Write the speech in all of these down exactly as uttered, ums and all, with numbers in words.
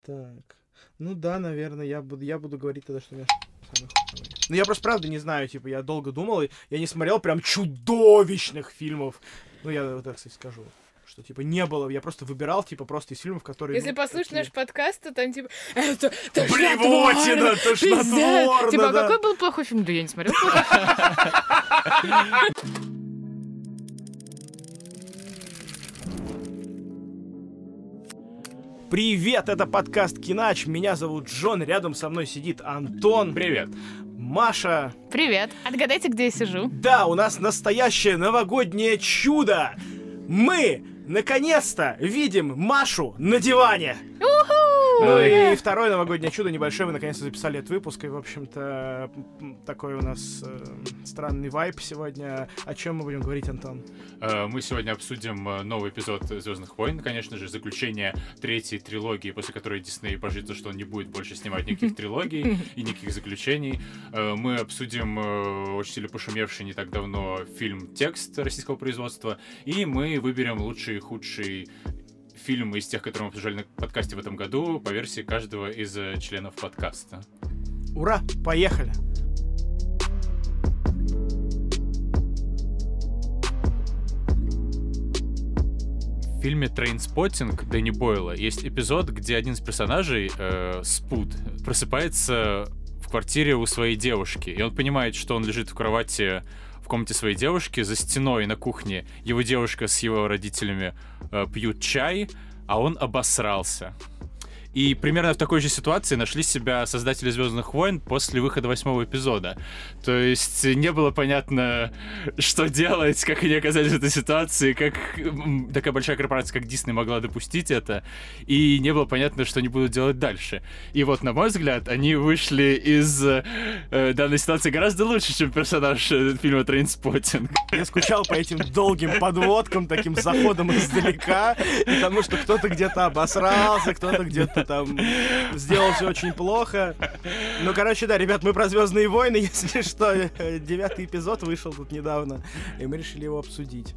Так. Ну да, наверное, я буду, я буду говорить тогда, что у меня самый хуёвый. Ну я просто правда не знаю, типа, я долго думал, и я не смотрел прям чудовищных фильмов. Ну я вот так, кстати, скажу. Что, типа, не было, я просто выбирал, типа, просто из фильмов, которые... Если ну, послушать такие... наш подкаст, то там, типа, это Блевотина, тошнотворно, Типа, а да. какой был плохой фильм? Да я не смотрел. Привет, это подкаст Кинач, меня зовут Джон, рядом со мной сидит Антон. Привет. Маша. Привет. Отгадайте, где я сижу. Да, у нас настоящее новогоднее чудо. Мы, наконец-то, видим Машу на диване. Ну и второе новогоднее чудо небольшое, вы наконец-то записали этот выпуск, и, в общем-то, такой у нас э, странный вайб сегодня. О чем мы будем говорить, Антон? Мы сегодня обсудим новый эпизод «Звездных войн», конечно же, заключение третьей трилогии, после которой Дисней божится, что он не будет больше снимать никаких трилогий и никаких заключений. Мы обсудим очень сильно пошумевший не так давно фильм «Текст» российского производства, и мы выберем лучший и худший фильм из тех, которые мы обсуждали на подкасте в этом году, по версии каждого из членов подкаста. Ура! Поехали! В фильме «Трейнспоттинг» Дэнни Бойла есть эпизод, где один из персонажей, э, Спут, просыпается в квартире у своей девушки, и он понимает, что он лежит в кровати в комнате своей девушки, за стеной на кухне его девушка с его родителями э, пьют чай, а он обосрался. И примерно в такой же ситуации нашли себя создатели «Звездных войн» после выхода восьмого эпизода. То есть не было понятно, что делать, как они оказались в этой ситуации, как такая большая корпорация, как Disney, могла допустить это, и не было понятно, что они будут делать дальше. И вот, на мой взгляд, они вышли из э, данной ситуации гораздо лучше, чем персонаж фильма «Трейнспоттинг». Я скучал по этим долгим подводкам, таким заходам издалека, потому что кто-то где-то обосрался, кто-то где-то там сделал все очень плохо. Ну, короче, да, ребят, мы про «Звездные войны», если что, девятый эпизод вышел тут недавно, и мы решили его обсудить.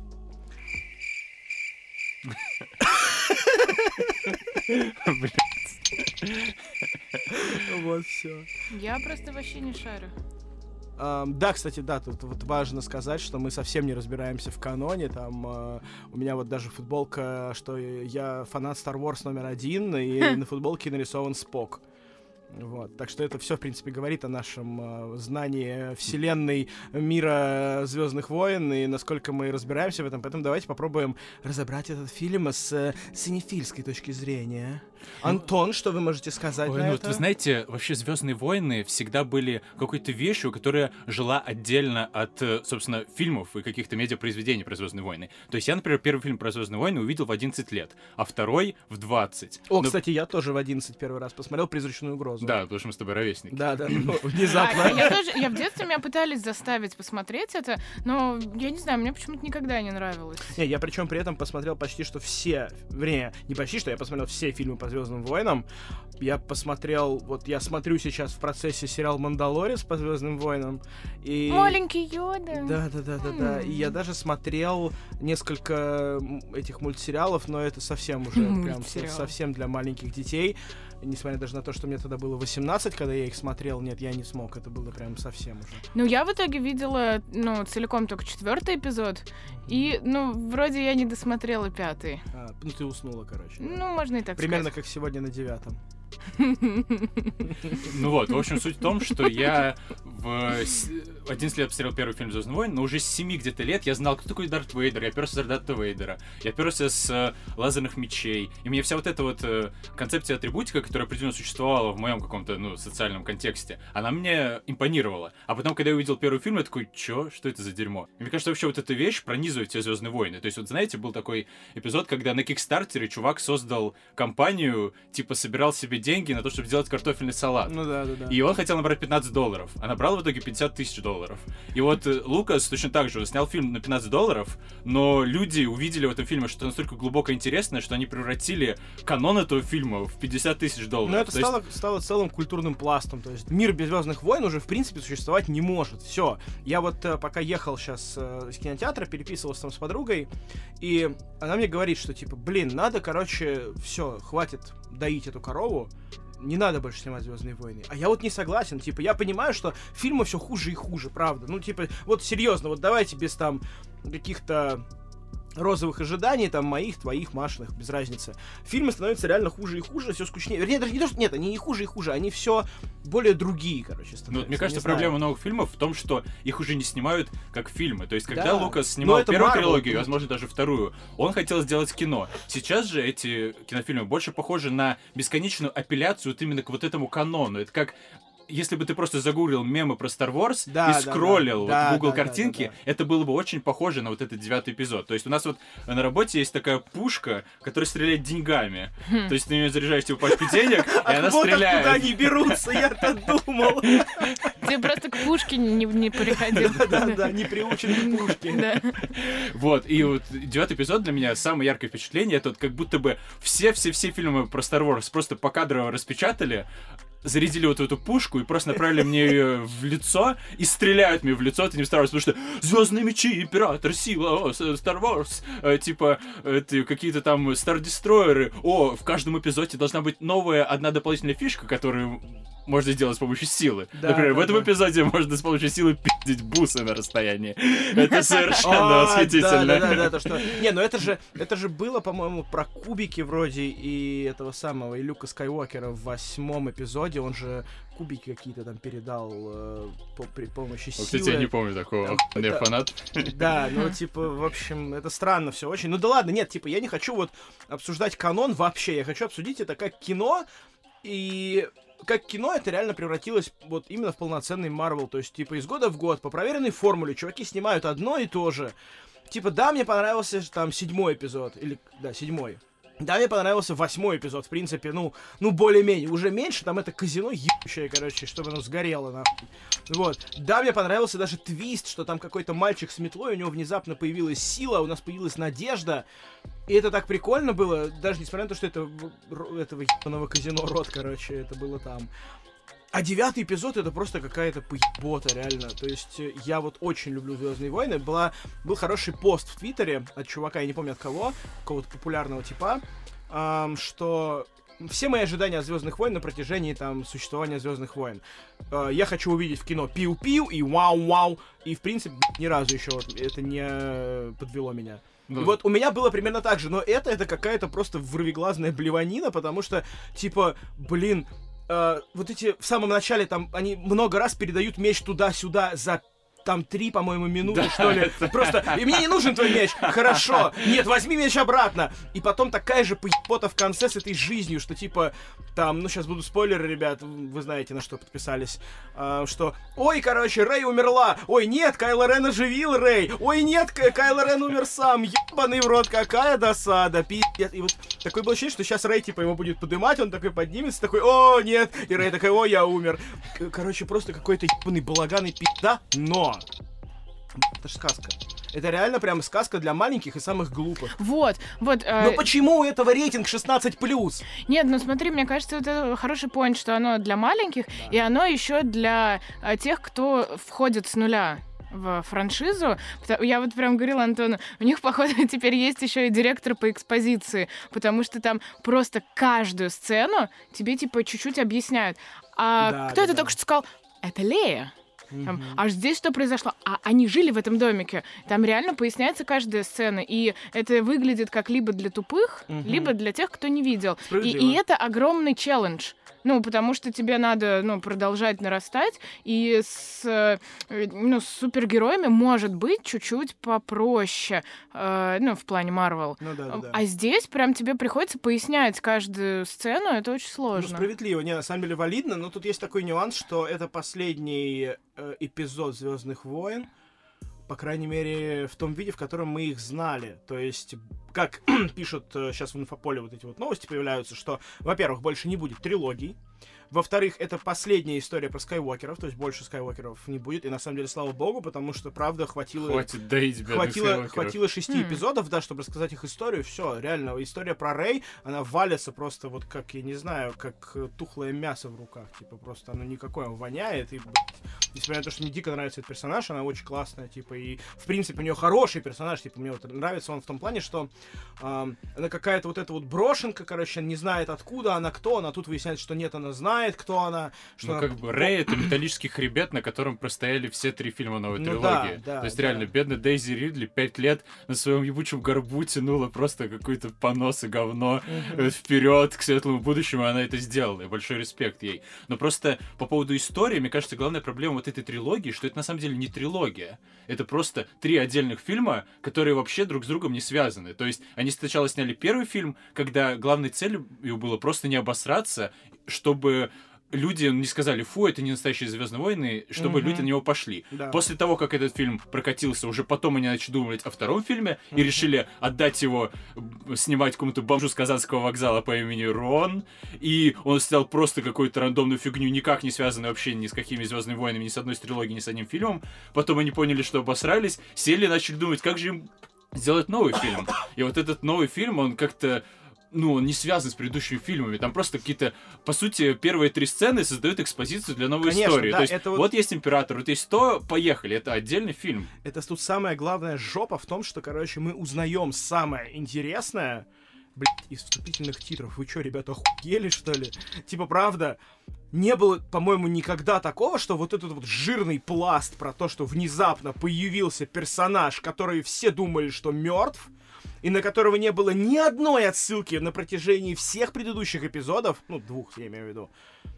Вот все. Я просто вообще не шарю. Uh, да, кстати, да, тут вот важно сказать, что мы совсем не разбираемся в каноне. Там uh, у меня вот даже футболка, что я фанат Star Wars номер один, и на футболке нарисован Спок. Вот, так что это все, в принципе, говорит о нашем э, знании вселенной, мира «Звездных войн» и насколько мы разбираемся в этом. Поэтому давайте попробуем разобрать этот фильм с э, синефильской точки зрения. Антон, что вы можете сказать Ой, на ну это? Вот вы знаете, вообще «Звездные войны» всегда были какой-то вещью, которая жила отдельно от, собственно, фильмов и каких-то медиапроизведений про «Звездные войны». То есть я, например, первый фильм про «Звездные войны» увидел в одиннадцать лет, а второй в двадцать. О, Но... кстати, я тоже в одиннадцать первый раз посмотрел «Призрачную угрозу». Да, потому что мы с тобой ровесники. Да, да, ну, внезапно. А, я тоже, я в детстве меня пытались заставить посмотреть это, но я не знаю, мне почему-то никогда не нравилось. Не, я причем при этом посмотрел почти что все, вернее, не почти что, я посмотрел все фильмы по «Звездным войнам». Я посмотрел, вот я смотрю сейчас в процессе сериал «Мандалорец» по «Звездным войнам». И... Маленький Йода. Да, да, да, да, да. И я даже смотрел несколько этих мультсериалов, но это совсем уже прям совсем для маленьких детей. Несмотря даже на то, что мне тогда было восемнадцать, когда я их смотрел, нет, я не смог, это было прям совсем уже. Ну, я в итоге видела, ну, целиком только четвертый эпизод, и, ну, вроде я не досмотрела пятый. А, ну, ты уснула, короче. Да? Ну, можно и так Примерно сказать. как сегодня на девятом. Ну вот, в общем, суть в том, что я в одиннадцать лет посмотрел первый фильм «Звездные войны», но уже с семи где-то лет я знал, кто такой Дарт Вейдер, я перся с Дарта Вейдера, я перся с э, лазерных мечей, и мне вся вот эта вот э, концепция атрибутика, которая определенно существовала в моем каком-то, ну, социальном контексте, она мне импонировала. А потом, когда я увидел первый фильм, я такой, чё? Что это за дерьмо? И мне кажется, вообще вот эта вещь пронизывает все «Звездные войны». То есть, вот знаете, был такой эпизод, когда на Кикстартере чувак создал компанию, типа, собирал себе деньги на то, чтобы сделать картофельный салат. Ну да, да, да. И он хотел набрать пятнадцать долларов, а набрал в итоге пятьдесят тысяч долларов. И вот э, Лукас точно так же снял фильм на пятнадцать долларов, но люди увидели в этом фильме что-то настолько глубоко интересное, что они превратили канон этого фильма в пятьдесят тысяч долларов. Но это то стало, есть... стало целым культурным пластом. То есть мир без «Звездных войн» уже в принципе существовать не может. Все. Я вот э, пока ехал сейчас э, из кинотеатра, переписывался там с подругой, и она мне говорит, что типа, блин, надо, короче, все, хватит доить эту корову, не надо больше снимать «Звездные войны». А я вот не согласен. Типа, я понимаю, что фильмы все хуже и хуже, правда. Ну, типа, вот серьезно, вот давайте без там каких-то розовых ожиданий, там, моих, твоих, Машиных, без разницы. Фильмы становятся реально хуже и хуже, все скучнее. Вернее, даже не то, что... Нет, они не хуже и хуже, они все более другие, короче, становятся. Ну, мне кажется, проблема новых фильмов в том, что их уже не снимают как фильмы. То есть, когда да. Лукас снимал первую Marvel. трилогию, возможно, даже вторую, он хотел сделать кино. Сейчас же эти кинофильмы больше похожи на бесконечную апелляцию вот именно к вот этому канону. Это как... Если бы ты просто загуглил мемы про Star Wars да, и скроллил да, вот Google да, картинки, да, да, да. это было бы очень похоже на вот этот девятый эпизод. То есть у нас вот на работе есть такая пушка, которая стреляет деньгами. Хм. То есть ты на нее заряжаешь типа пачку денег, и она вот стреляет. откуда они берутся, я-то думал. Ты просто к пушке не, не приходил. Да-да-да, не приучен к пушке. Да. Вот, и вот девятый эпизод для меня самое яркое впечатление, это вот как будто бы все-все-все фильмы про Star Wars просто покадрово распечатали, зарядили вот эту пушку и просто направили мне ее в лицо и стреляют мне в лицо этим Star Wars, потому что «Звездные мечи, Император, сила, о, Star Wars», э, типа это, какие-то там Star Destroyer, о, в каждом эпизоде должна быть новая одна дополнительная фишка, которую можно сделать с помощью силы. Да, Например, да, в этом да. эпизоде можно с помощью силы пиздить бусы на расстоянии. Это совершенно А, восхитительно. Да, да, да, да, то что. Не, ну это же, это же было, по-моему, про кубики вроде и этого самого, и Люка Скайуокера в восьмом эпизоде. Он же кубики какие-то там передал э, по, при помощи Вот, силы. кстати, я не помню такого. Там, Я это- фанат. Да, ну, типа, в общем, это странно все очень. Ну да ладно, нет, типа, я не хочу вот обсуждать канон вообще. Я хочу обсудить это как кино. И как кино это реально превратилось вот именно в полноценный Марвел. То есть, типа, из года в год по проверенной формуле чуваки снимают одно и то же. Типа, да, мне понравился там седьмой эпизод. Или, да, седьмой. Да, мне понравился восьмой эпизод, в принципе, ну, ну, более-менее. Уже меньше, там это казино ебучее, короче, чтобы оно сгорело, нахуй. Вот. Да, мне понравился даже твист, что там какой-то мальчик с метлой, у него внезапно появилась сила, у нас появилась надежда. И это так прикольно было, даже несмотря на то, что это в- этого ебаного казино рот, короче, это было там. А девятый эпизод это просто какая-то поебота, реально. То есть э, я вот очень люблю «Звездные войны». Была, был хороший пост в Твиттере от чувака, я не помню от кого, какого-то популярного типа, ам, что все мои ожидания от «Звездных войн» на протяжении там существования «Звездных войн». Э, я хочу увидеть в кино пиу-пиу и вау-вау. И в принципе ни разу еще вот это не подвело меня. Ну, И вот у меня было примерно так же, но это, это какая-то просто вырвиглазная блеванина, потому что, типа, блин, э, вот эти в самом начале там они много раз передают меч туда-сюда за там три, по-моему, минуты, Да, что ли. это- Просто, и мне не нужен твой меч, хорошо, нет, возьми меч обратно. И потом такая же поебота в конце с этой жизнью, что типа, там, ну сейчас будут спойлеры, ребят, вы знаете, на что подписались, а, что, ой, короче, Рэй умерла, ой, нет, Кайло Рен оживил Рэй, ой, нет, К- Кайло Рен умер сам, ебаный в рот, какая досада, пиздец. И вот такое было ощущение, что сейчас Рэй, типа, его будет поднимать, он такой поднимется, такой, о, нет, и Рэй такой, о, я умер. К- Короче, просто какой-то ебаный балаган и пизда, но... Это же сказка. Это реально прям сказка для маленьких и самых глупых. Вот, вот. э, Но почему у этого рейтинг шестнадцать плюс? Нет, ну смотри, мне кажется, это хороший поинт, что оно для маленьких, и оно еще для э, тех, кто входит с нуля в франшизу. Пото- Я вот прям говорила Антону, у них, походу, теперь есть еще и директор по экспозиции, потому что там просто каждую сцену тебе, типа, чуть-чуть объясняют. А Да, кто да, это да. только что сказал? Это Лея. Там, а здесь что произошло? А они жили в этом домике. Там реально поясняется каждая сцена. И это выглядит как либо для тупых, Мгм. либо для тех, кто не видел. И, Справедливо. и это огромный челлендж. Ну, потому что тебе надо, ну, продолжать нарастать. И с, э, ну, с супергероями может быть чуть-чуть попроще. э, ну, в плане Марвел. Ну да, да, да. А здесь прям тебе приходится пояснять каждую сцену. Это очень Ну, сложно. справедливо, не, на самом деле валидно, но тут есть такой нюанс, что это последний э, эпизод «Звездных войн», по крайней мере, в том виде, в котором мы их знали. То есть, как пишут э, сейчас в инфополе вот эти вот новости появляются, что, во-первых, больше не будет трилогий, во-вторых, это последняя история про Скайуокеров, то есть больше Скайуокеров не будет, и на самом деле, слава богу, потому что, правда, хватило... Хватит доить бедных Хватило, Скайуокеров. хватило шести Хм. эпизодов, да, чтобы рассказать их историю. Все, реально, история про Рэй, она валится просто вот как, я не знаю, как э, тухлое мясо в руках. Типа, просто оно никакое, оно воняет. И, блядь, несмотря на то, что мне дико нравится этот персонаж, она очень классная, типа, и, в принципе, у нее хороший персонаж, типа, мне вот нравится он в том плане, что Uh, она какая-то вот эта вот брошенка, короче, не знает откуда она, кто она, тут выясняется, что нет, она знает, кто она. Что ну, она... как бы Рэй — это металлический хребет, на котором простояли все три фильма новой ну, трилогии. Да, да, То есть да. реально, бедная Дейзи Ридли пять лет на своем ебучем горбу тянула просто какой-то понос и говно uh-huh. вперед к светлому будущему, и она это сделала, и большой респект ей. Но просто по поводу истории, мне кажется, главная проблема вот этой трилогии, что это на самом деле не трилогия. Это просто три отдельных фильма, которые вообще друг с другом не связаны. То есть они сначала сняли первый фильм, когда главной целью было просто не обосраться, чтобы люди не сказали, фу, это не настоящие «Звездные войны», чтобы mm-hmm. люди на него пошли. Да. После того, как этот фильм прокатился, уже потом они начали думать о втором фильме mm-hmm. и решили отдать его снимать какому-то бомжу с Казанского вокзала по имени Рон, и он снял просто какую-то рандомную фигню, никак не связанную вообще ни с какими «Звездными войнами», ни с одной из трилогий, ни с одним фильмом. Потом они поняли, что обосрались, сели и начали думать, как же им сделать новый фильм. И вот этот новый фильм, он как-то ну, он не связан с предыдущими фильмами. Там просто какие-то, по сути, первые три сцены создают экспозицию для новой Конечно, истории. да, то есть, это вот... вот... вот есть император, вот есть то, поехали. Это отдельный фильм. Это тут самая главная жопа в том, что, короче, мы узнаем самое интересное, блядь, из вступительных титров. Вы чё, ребята, охуели, что ли? Типа, правда, не было, по-моему, никогда такого, что вот этот вот жирный пласт про то, что внезапно появился персонаж, который все думали, что мертв, и на которого не было ни одной отсылки на протяжении всех предыдущих эпизодов, ну, двух, я имею в виду.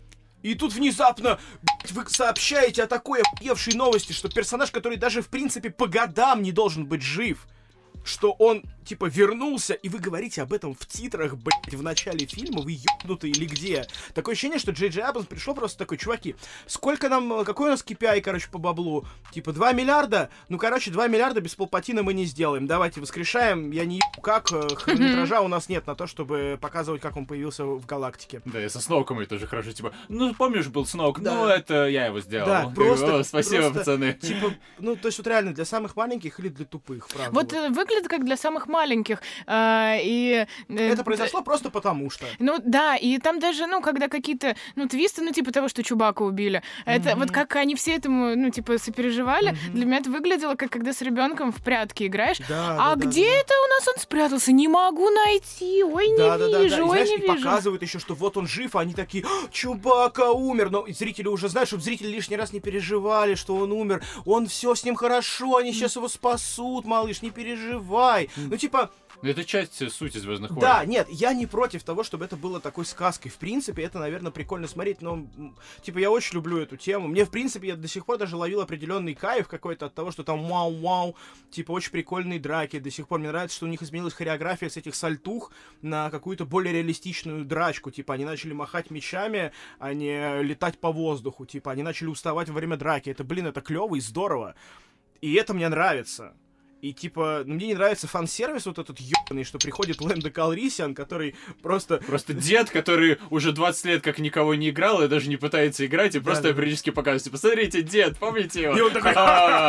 И тут внезапно, блядь, вы сообщаете о такой охуевшей новости, что персонаж, который даже, в принципе, по годам не должен быть жив, что он, типа, вернулся, и вы говорите об этом в титрах, блядь, в начале фильма, вы ёбнутые или где? Такое ощущение, что Джей Джей Абрамс пришел просто такой, чуваки, сколько нам, какой у нас кей пи ай, короче, по баблу? Типа, два миллиарда? Ну, короче, два миллиарда без Палпатина мы не сделаем. Давайте воскрешаем, я не ебу как, хронометража у нас нет на то, чтобы показывать, как он появился в галактике. Да, и со Сноуком это тоже хорошо, типа, ну, помнишь, был Сноук, да. ну, это я его сделал. Да, просто, О, спасибо, просто, пацаны. Типа, ну, то есть вот реально для самых маленьких или для тупых, правда. Вот, вот. Выглядит как для самых маленьких. А, и, это произошло просто потому что. Ну да, и там даже, ну, когда какие-то, ну, твисты, ну, типа того, что Чубака убили. Mm-hmm. Это вот как они все этому, ну, типа, сопереживали. Mm-hmm. Для меня это выглядело, как когда с ребенком в прятки играешь. Да, а да, где да, это у нас он спрятался? Не могу найти. Ой, не да, вижу, да, да, да. И, ой, знаешь, не и вижу. показывают еще, что вот он жив, а они такие, Чубака умер. Но зрители уже знают, чтобы зрители лишний раз не переживали, что он умер. Он все с ним хорошо, они сейчас его спасут, малыш, не переживай. Ну, типа... Это часть сути «Звездных войн». Да, нет, я не против того, чтобы это было такой сказкой. В принципе, это, наверное, прикольно смотреть, но, типа, я очень люблю эту тему. Мне, в принципе, я до сих пор даже ловил определенный кайф какой-то от того, что там вау-вау, типа, очень прикольные драки. До сих пор мне нравится, что у них изменилась хореография с этих сальтух на какую-то более реалистичную драчку. Типа, они начали махать мечами, а не летать по воздуху. Типа, они начали уставать во время драки. Это, блин, это клево и здорово. И это мне нравится. И, типа, ну, мне не нравится фан-сервис вот этот ёбаный, что приходит Лэндо Калрисиан, который просто... Просто дед, который уже двадцать лет как никого не играл и даже не пытается играть, и просто да, периодически показывает, посмотрите, дед, помните его? И он такой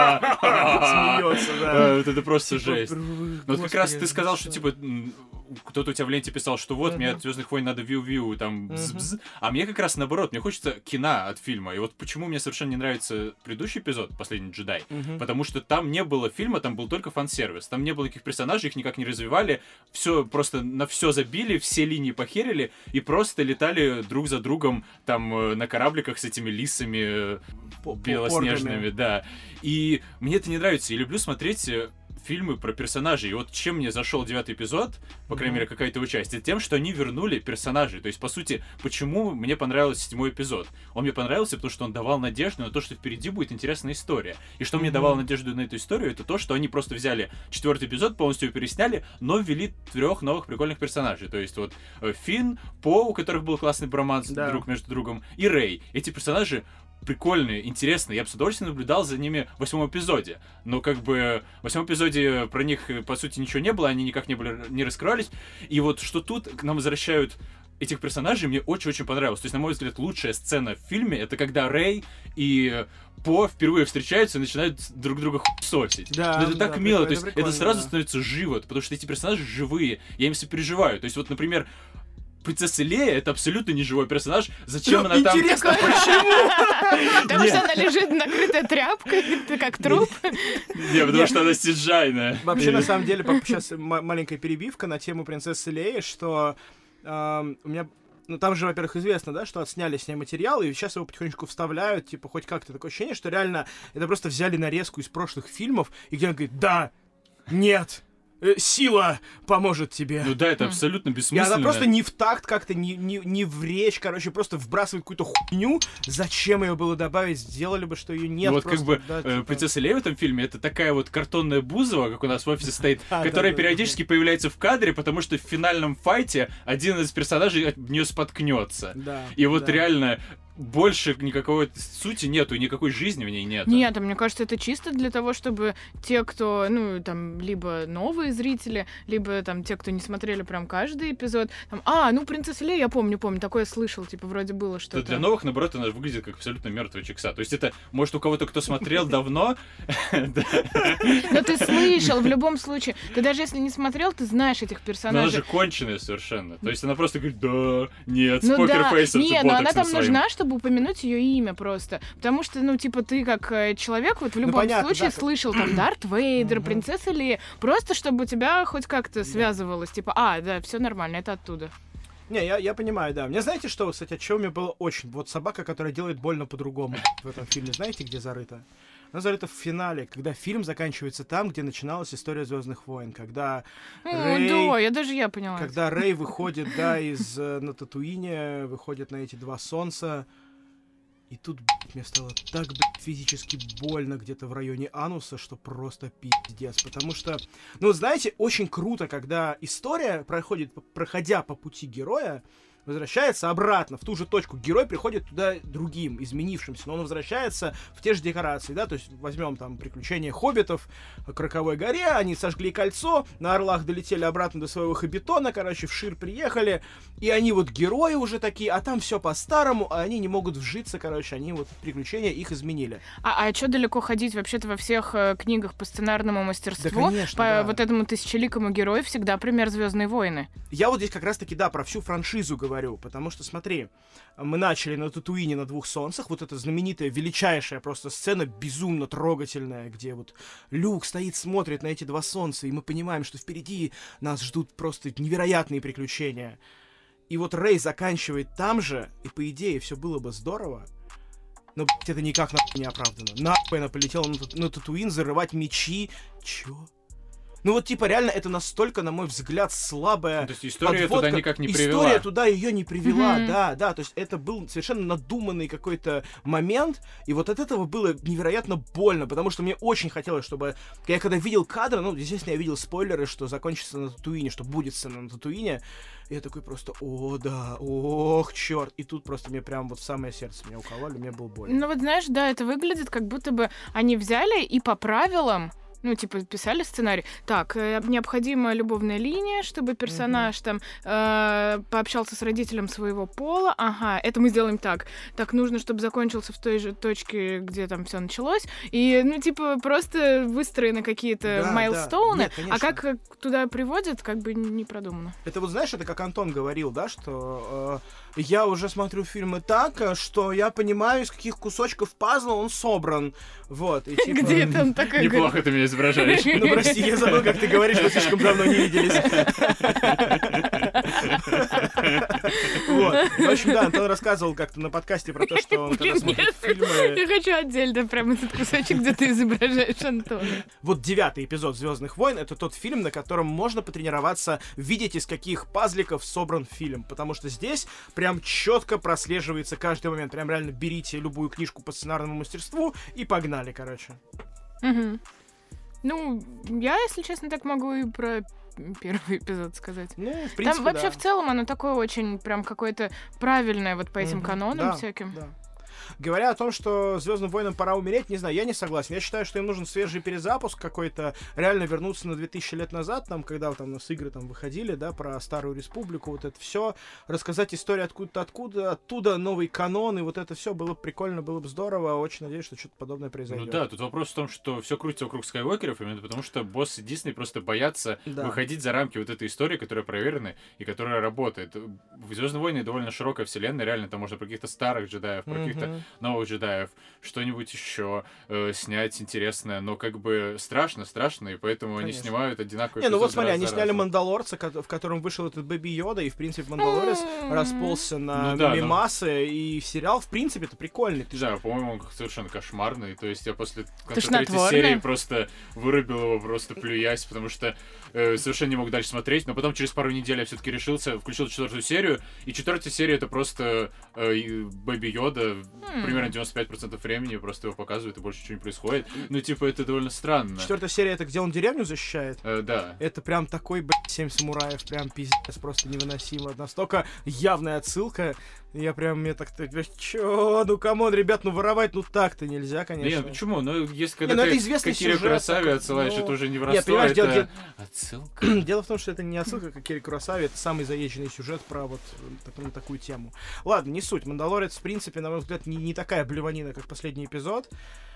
смеется, да. Вот это просто жесть. Ну, вот как раз ты сказал, что, типа, кто-то у тебя в ленте писал, что вот, мне от «Звездных войн» надо виу-виу, там, бз-бз, а мне как раз наоборот, мне хочется кино от фильма. И вот почему мне совершенно не нравится предыдущий эпизод, «Последний джедай», потому что там не было фильма, там был только фан-сервис. Там не было никаких персонажей, их никак не развивали. Все просто на все забили, все линии похерили и просто летали друг за другом там на корабликах с этими лисами белоснежными, да. И мне это не нравится. Я люблю смотреть фильмы про персонажей. И вот чем мне зашел девятый эпизод, по крайней mm-hmm. мере, какая-то его часть, это тем, что они вернули персонажей. То есть, по сути, почему мне понравился седьмой эпизод? Он мне понравился, потому что он давал надежду на то, что впереди будет интересная история. И что mm-hmm. мне давало надежду на эту историю, это то, что они просто взяли четвертый эпизод, полностью его пересняли, но ввели трех новых прикольных персонажей. То есть, вот Финн, По, у которых был классный броманс да. друг между другом, и Рэй. Эти персонажи прикольные, интересные. Я бы с удовольствием наблюдал за ними в восьмом эпизоде. Но как бы в восьмом эпизоде про них, по сути, ничего не было, они никак не были, не раскрывались. И вот что тут к нам возвращают этих персонажей, мне очень-очень понравилось. То есть, на мой взгляд, лучшая сцена в фильме — это когда Рэй и По впервые встречаются и начинают друг друга хуесосить. Да, это так да, мило, то есть это сразу да. становится живо, потому что эти персонажи живые, я им сопереживаю. То есть вот, например, принцесса Лея — это абсолютно не живой персонаж. Зачем Ну, она там... интересно, почему? Потому что она лежит накрытая тряпкой, как труп. Не, потому что она сиджайная. Вообще, на самом деле, сейчас маленькая перебивка на тему принцессы Леи, что эм, у меня... Ну, там же, во-первых, известно, да, что отсняли с ней материал, и сейчас его потихонечку вставляют, типа, хоть как-то такое ощущение, что реально это просто взяли нарезку из прошлых фильмов, и где он говорит: да, нет, э, сила поможет тебе. Ну да, это абсолютно И бессмысленно. она просто не в такт как-то, не, не, не в речь, короче, просто вбрасывает какую-то хуйню. Зачем ее было добавить? Сделали бы, что ее нет. Ну вот просто, как бы да, э, типа... принцесса Лея в этом фильме — это такая вот картонная Бузова, как у нас в офисе стоит, Да, которая да, да, периодически появляется в кадре, потому что в финальном файте один из персонажей от нее споткнется. Да, И вот да. реально больше никакой сути нету, никакой жизни в ней нету. Нет, а мне кажется, это чисто для того, чтобы те, кто, ну, там, либо новые зрители, либо там те, кто не смотрели прям каждый эпизод, там, а, ну, принцесса Лея, я помню, помню, такое слышал, типа, вроде было То что-то. для новых, наоборот, она выглядит как абсолютно мертвая чикса. То есть это, может, у кого-то, кто смотрел давно... Но ты слышал, в любом случае. Ты даже если не смотрел, ты знаешь этих Но она персонажей. же конченая совершенно. То есть она просто говорит: да, нет, с Ну да, покерфейсом, не, с но она ботоксом там своим. нужна, чтобы упомянуть ее имя просто. Потому что, ну, типа, ты как э, человек вот в любом понятно, случае да. слышал там Дарт Вейдер, Мгм. принцесса Лея. Просто чтобы у тебя хоть как-то связывалось. Типа, а, да, все нормально, это оттуда. Не, я, я понимаю, да. Мне знаете что, кстати, от чего мне было очень... Вот собака, которая делает больно по-другому в этом фильме, знаете, где зарыта? Она зарыта в финале, когда фильм заканчивается там, где начиналась история «Звездных войн», когда О, Рэй... да, я даже я поняла. Когда Рэй выходит, да, из э, на Татуине, выходит на эти два солнца, и тут, блядь, мне стало так, блядь, физически больно где-то в районе ануса, что просто пиздец. Потому что, ну, знаете, очень круто, когда история проходит, проходя по пути героя, возвращается обратно в ту же точку. Герой приходит туда другим, изменившимся, но он возвращается в те же декорации, да, то есть возьмем там приключения хоббитов к Роковой горе, они сожгли кольцо, на орлах долетели обратно до своего хоббитона, короче, в Шир приехали, и они вот герои уже такие, а там все по-старому, а они не могут вжиться, короче, они вот приключения их изменили. А, а что далеко ходить? Вообще-то во всех э, книгах по сценарному мастерству, Да, конечно, по да. вот этому тысячеликому герою всегда пример «Звездные войны». Я вот здесь как раз-таки, да, про всю франшизу говорю, потому что, смотри, мы начали на Татуине на двух солнцах, вот эта знаменитая, величайшая просто сцена, безумно трогательная, где вот Люк стоит, смотрит на эти два солнца, и мы понимаем, что впереди нас ждут просто невероятные приключения. И вот Рэй заканчивает там же, и по идее все было бы здорово, но, блядь, это никак нахуй не оправдано. Нахуй она полетела на, на Татуин зарывать мечи. Чё? Ну вот, типа, реально, это настолько, на мой взгляд, слабая Ну, то есть история подводка. туда никак не История привела. туда ее не привела, Мгм. да, да. То есть это был совершенно надуманный какой-то момент, и вот от этого было невероятно больно, потому что мне очень хотелось, чтобы... Я когда видел кадры, ну, естественно, я видел спойлеры, что закончится на Татуине, что будет сцена на Татуине, и я такой просто: о, да, ох, черт. И тут просто мне прям вот в самое сердце меня укололи, мне было больно. Ну вот знаешь, да, это выглядит, как будто бы они взяли и по правилам, ну, типа, писали сценарий. Так, э, необходима любовная линия, чтобы персонаж там э, пообщался с родителем своего пола. Ага, это мы сделаем так. Так, нужно, чтобы закончился в той же точке, где там все началось. И, ну, типа, просто выстроены какие-то Да, майлстоуны. да. Нет, А конечно. как э, туда приводят, как бы не продумано. Это вот, знаешь, это как Антон говорил, да, что э, я уже смотрю фильмы так, э, что я понимаю, из каких кусочков пазла он собран. Вот, и типа... Где это он такой говорит? Неплохо ты меня изображаешь. Ну, прости, я забыл, как ты говоришь, мы слишком давно не виделись. Вот. В общем, да, Антон рассказывал как-то на подкасте про то, что он, когда смотрит фильмы... Я хочу отдельно прям этот кусочек, где ты изображаешь Антона. Вот девятый эпизод «Звездных войн» — это тот фильм, на котором можно потренироваться, видеть, из каких пазликов собран фильм. Потому что здесь прям четко прослеживается каждый момент. Прям реально берите любую книжку по сценарному мастерству и погнали, короче. Мгм. Ну, я, если честно, так могу и про первый эпизод сказать. Ну, в принципе, Там вообще да. в целом оно такое очень прям какое-то правильное вот по этим Мгм. канонам Да, всяким. да. Говоря о том, что Звездным войнам пора умереть, не знаю, я не согласен. Я считаю, что им нужен свежий перезапуск какой-то, реально вернуться на две тысячи лет назад, там, когда там у нас игры там выходили, да, про Старую Республику, вот это все, рассказать историю откуда-то, откуда, оттуда новый канон, и вот это все было бы прикольно, было бы здорово. Очень надеюсь, что что-то подобное произойдет. Ну да, тут вопрос в том, что все крутится вокруг Скайуокеров, именно потому что боссы Дисней просто боятся да. выходить за рамки вот этой истории, которая проверена и которая работает. В Звездные войны довольно широкая вселенная, реально там можно про каких-то старых джедаев, про mm-hmm. каких-то новых джедаев, что-нибудь еще э, снять интересное, но как бы страшно, страшно, и поэтому Конечно. Они снимают одинаковые. Не, ну вот смотри, они сняли «Мандалорца», в котором вышел этот Бэби Йода, и в принципе «Мандалорец» расползся на ну, да, мемасы, но... и сериал в принципе это прикольный. Ты да, по-моему, он совершенно кошмарный, то есть я после конца третьей серии просто вырубил его, просто плюясь, потому что э, совершенно не мог дальше смотреть, но потом через пару недель я все-таки решился, включил четвертую серию, и четвертая серия это просто э, Бэби Йода, mm. примерно девяносто пять процентов времени просто его показывают, и больше ничего не происходит. Ну, типа, это довольно странно. Четвертая серия это где он деревню защищает? Э, да. Это прям такой, блядь, семь самураев, прям пиздец, просто невыносимо. Настолько явная отсылка. Я прям, мне так, ты говоришь, чё, ну камон, ребят, ну воровать, ну так-то нельзя, конечно. Нет, почему? Ну, если когда не, ну, ты это известный Кири сюжет, Куросаве так, отсылаешь, но... это уже не воровство, это дело... отсылка. Дело в том, что это не отсылка к Кири Куросаве, это самый заезженный сюжет про вот так, на такую тему. Ладно, не суть. «Мандалорец», в принципе, на мой взгляд, не, не такая блеванина, как последний эпизод.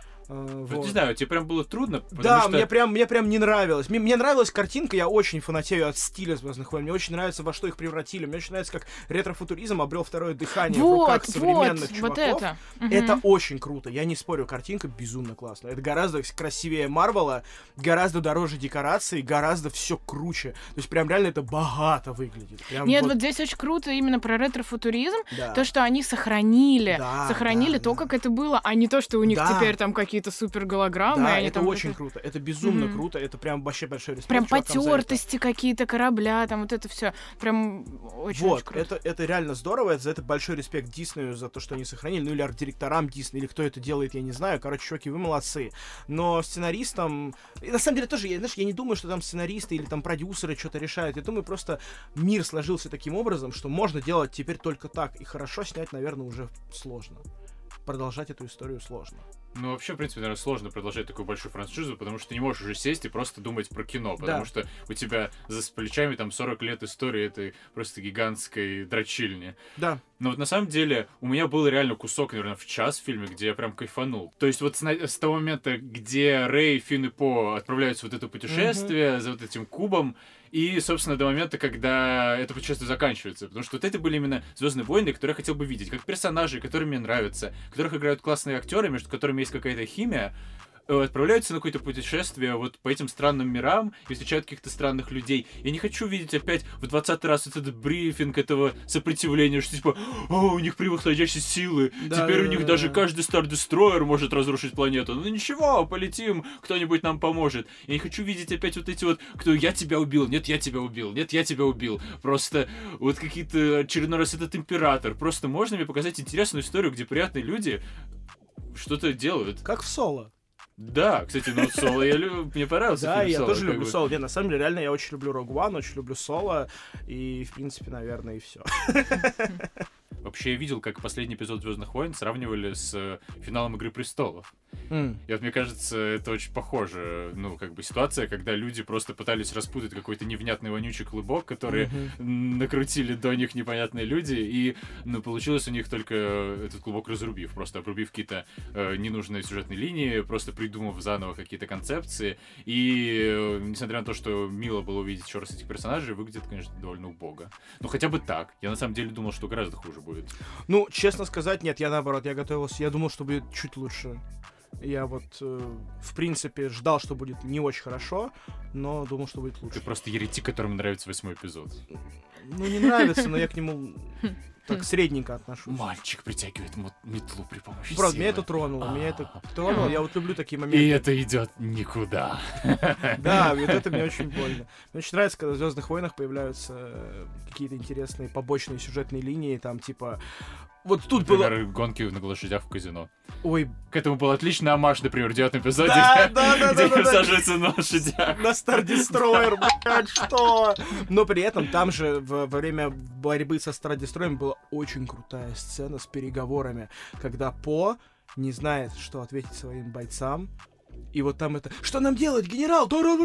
Uh, вот. Не знаю, тебе прям было трудно? Да, что... мне, прям, мне прям не нравилось. Мне, мне нравилась картинка, я очень фанатею от стиля «Звездных войн». Мне очень нравится, во что их превратили. Мне очень нравится, как ретро-футуризм обрел второе дыхание вот, в руках вот, современных вот чуваков. это. Это угу. очень круто, я не спорю, картинка безумно классная. Это гораздо красивее Марвела, гораздо дороже декораций, гораздо все круче. То есть прям реально это богато выглядит. Прям Нет, вот... вот здесь очень круто именно про ретро-футуризм, да. то, что они сохранили, да, сохранили да, то, да. как это было, а не то, что у них да. теперь там какие-то супер голограммы. Да, они это там очень это... круто, это безумно mm-hmm. круто, это прям вообще большой респект. Прям потертости какие-то корабля, там вот это все, прям очень, вот, очень круто. это, это реально здорово, это, за это большой респект Диснею за то, что они сохранили, ну или арт-директорам Диснея, или кто это делает, я не знаю, короче, чуваки, вы молодцы. Но сценаристам, и на самом деле тоже, я, знаешь, я не думаю, что там сценаристы или там продюсеры что-то решают, я думаю, просто мир сложился таким образом, что можно делать теперь только так, и хорошо снять, наверное, уже сложно. Продолжать эту историю сложно. Ну, вообще, в принципе, наверное, сложно продолжать такую большую франшизу, потому что ты не можешь уже сесть и просто думать про кино, потому да. что у тебя за плечами там сорок лет истории этой просто гигантской дрочильни. Да. Но вот на самом деле у меня был реально кусок, наверное, в час в фильме, где я прям кайфанул. То есть вот с, с того момента, где Рэй, Финн и По отправляются в вот это путешествие mm-hmm. за вот этим кубом, и, собственно, до момента, когда это путешествие заканчивается. Потому что вот это были именно «Звездные войны», которые я хотел бы видеть. Как персонажи, которые мне нравятся, которых играют классные актеры, между которыми есть какая-то химия, отправляются на какое-то путешествие вот по этим странным мирам и встречают каких-то странных людей. Я не хочу видеть опять в двадцатый раз вот этот брифинг этого сопротивления, что типа, о, у них превосходящие силы, да, теперь да, у них да, даже да. каждый Star Destroyer может разрушить планету. Ну ничего, полетим, кто-нибудь нам поможет. Я не хочу видеть опять вот эти вот, кто я тебя убил, нет, я тебя убил, нет, я тебя убил. Просто вот какие-то очередной раз этот император. Просто можно мне показать интересную историю, где приятные люди что-то делают. Как в Соло. Да, кстати, ну Соло я люблю, мне понравился да, фильм я Соло, тоже люблю бы. Соло. Нет, на самом деле, реально, я очень люблю Rogue One, очень люблю Соло, и, в принципе, наверное, и все. Вообще, я видел, как последний эпизод «Звездных войн» сравнивали с э, финалом «Игры престолов». Mm. И вот мне кажется, это очень похоже, ну, как бы ситуация, когда люди просто пытались распутать какой-то невнятный вонючий клубок, который mm-hmm. накрутили до них непонятные люди, и, ну, получилось у них только этот клубок разрубив, просто обрубив какие-то э, ненужные сюжетные линии, просто придумав заново какие-то концепции, и, э, несмотря на то, что мило было увидеть еще раз этих персонажей, выглядит, конечно, довольно убого. Ну, хотя бы так. Я, на самом деле, думал, что гораздо хуже будет. Ну, честно сказать, нет, я наоборот, я готовился, я думал, что будет чуть лучше. Я вот, э, в принципе, ждал, что будет не очень хорошо, но думал, что будет лучше. Ты просто еретик, которому нравится восьмой эпизод. Ну, не нравится, но я к нему так средненько отношусь. Мальчик притягивает метлу при помощи Правда, силы. меня это тронуло, меня это тронуло, я вот люблю такие моменты. И это идет никуда. Да, вот это мне очень больно. Мне очень нравится, когда в «Звездных войнах» появляются какие-то интересные побочные сюжетные линии, там, типа, Вот тут Например, было... гонки на лошадях в казино. Ой, К этому был отличный омаж, например, в девятом эпизоде, Да, где, да, да, где да, они да, да. всаживаются на лошадях. на Star Destroyer, блядь, что? Но при этом там же во, во время борьбы со Star Destroyer была очень крутая сцена с переговорами, когда По не знает, что ответить своим бойцам. И вот там это... Что нам делать, генерал?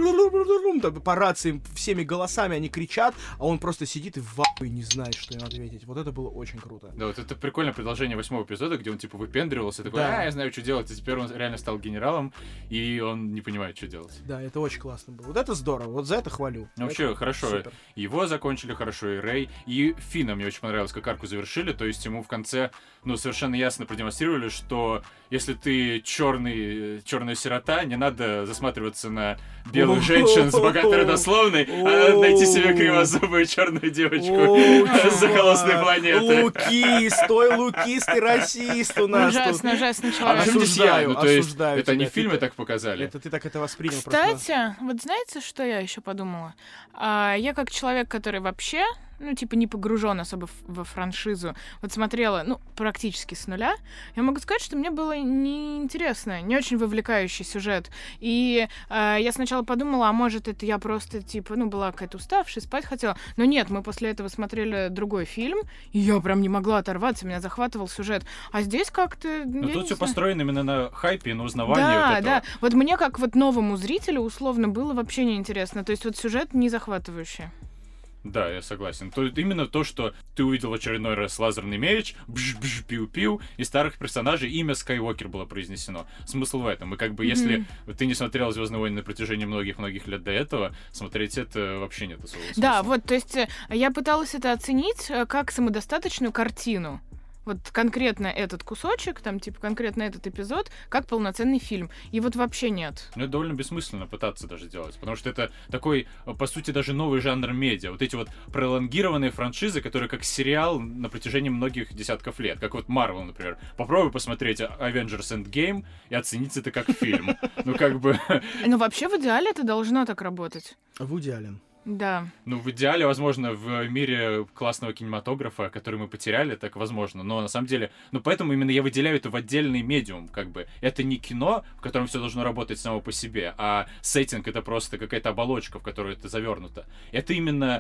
Там по рации всеми голосами они кричат, а он просто сидит и в и не знает, что им ответить. Вот это было очень круто. Да, вот это прикольное продолжение восьмого эпизода, где он типа выпендривался, такой, Да. а, я знаю, что делать, и теперь он реально стал генералом, и он не понимает, что делать. Да, это очень классно было. Вот это здорово, вот за это хвалю. Ну, вообще, Это хорошо. супер. Его закончили хорошо, и Рэй, и Финна мне очень понравилось, как арку завершили, то есть ему в конце, ну, совершенно ясно продемонстрировали, что если ты черный, черная сирота, не надо засматриваться на белых женщин с богатой родословной, а надо найти себе кривозубую черную девочку с захолостной планеты. Лукист, ой, лукист и расист у нас тут. Ужасно, ужасный А человек. при чем здесь я? Осуждаю, Ну, то есть, осуждаю это они тебя. в фильме Ты- так показали. Это ты так это воспринял просто. Кстати, вот знаете, что я еще подумала? А, я как человек, который вообще, ну, типа, не погружен особо в- во франшизу, вот смотрела, ну, практически с нуля, я могу сказать, что мне было неинтересно, не очень вовлекающий сюжет. И а, я сначала подумала, а может, это я просто, типа, ну, была какая-то уставшая, спать хотела. Но нет, мы после этого смотрели другой фильм, и я прям не могла оторваться, меня захватывал сюжет. А здесь как-то... Но я тут не все знаю. построено именно на хайпе и на узнавании Да, вот этого. да. Вот мне как вот новому зрителю условно было вообще неинтересно. То есть вот сюжет не захватывающий. Да, я согласен. То, именно то, что ты увидел в очередной раз лазерный меч, бж-бж, пиу-пиу, и старых персонажей имя Скайуокер было произнесено. Смысл в этом. И как бы если ты не смотрел «Звездные войны» на протяжении многих-многих лет до этого, смотреть это вообще нет особого смысла. Да, вот, то есть э, я пыталась это оценить э, как самодостаточную картину. Вот конкретно этот кусочек, там, типа, конкретно этот эпизод, как полноценный фильм. И вот вообще нет. Ну, это довольно бессмысленно пытаться даже делать, потому что это такой, по сути, даже новый жанр медиа. Вот эти вот пролонгированные франшизы, которые как сериал на протяжении многих десятков лет, как вот Marvel, например. Попробуй посмотреть Avengers Endgame и оценить это как фильм. Ну, как бы... Но вообще в идеале это должно так работать. Вуди Аллен. Да. Ну, в идеале, возможно, в мире классного кинематографа, который мы потеряли, так возможно. Но на самом деле, ну, поэтому именно я выделяю это в отдельный медиум, как бы. Это не кино, в котором все должно работать само по себе, а сеттинг — это просто какая-то оболочка, в которую это завернуто. Это именно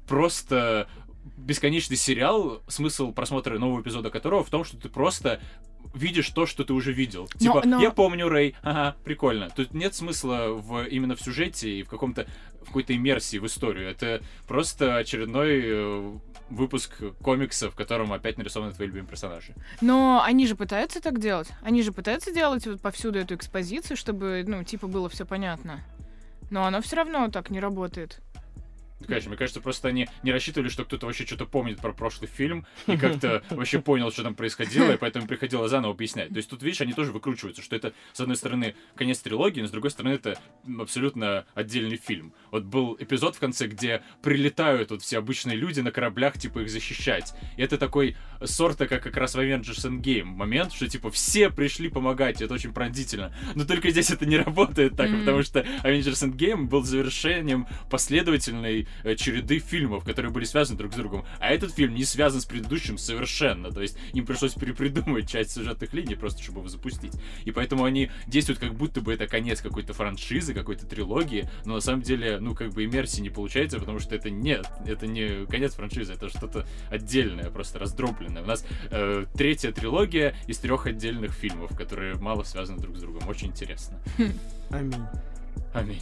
просто бесконечный сериал, смысл просмотра нового эпизода которого в том, что ты просто видишь то, что ты уже видел. Но- Типа, но- я помню Рэй, ага, прикольно. Тут нет смысла в, именно в сюжете и в каком-то в какой-то иммерсии в историю. Это просто очередной э, выпуск комикса, в котором опять нарисованы твои любимые персонажи. Но они же пытаются так делать. Они же пытаются делать вот повсюду эту экспозицию, чтобы, ну, типа, было все понятно. Но оно все равно так не работает. Ну, конечно, мне кажется, просто они не рассчитывали, что кто-то вообще что-то помнит про прошлый фильм и как-то вообще понял, что там происходило, и поэтому приходилось заново объяснять. То есть тут, видишь, они тоже выкручиваются, что это, с одной стороны, конец трилогии, но с другой стороны, это абсолютно отдельный фильм. Вот был эпизод в конце, где прилетают вот все обычные люди на кораблях, типа, их защищать. И это такой сорта, как как раз в Avengers Endgame момент, что, типа, все пришли помогать, и это очень пронзительно. Но только здесь это не работает так, Mm-hmm. потому что Avengers Endgame был завершением последовательной э, череды фильмов, которые были связаны друг с другом. А этот фильм не связан с предыдущим совершенно. То есть им пришлось перепридумывать часть сюжетных линий, просто чтобы его запустить. И поэтому они действуют, как будто бы это конец какой-то франшизы, какой-то трилогии, но на самом деле, ну, как бы иммерсии не получается, потому что это нет, это не конец франшизы, это что-то отдельное, просто раздробленное. У нас э, третья трилогия из трех отдельных фильмов, которые мало связаны друг с другом. Очень интересно. Аминь. Аминь.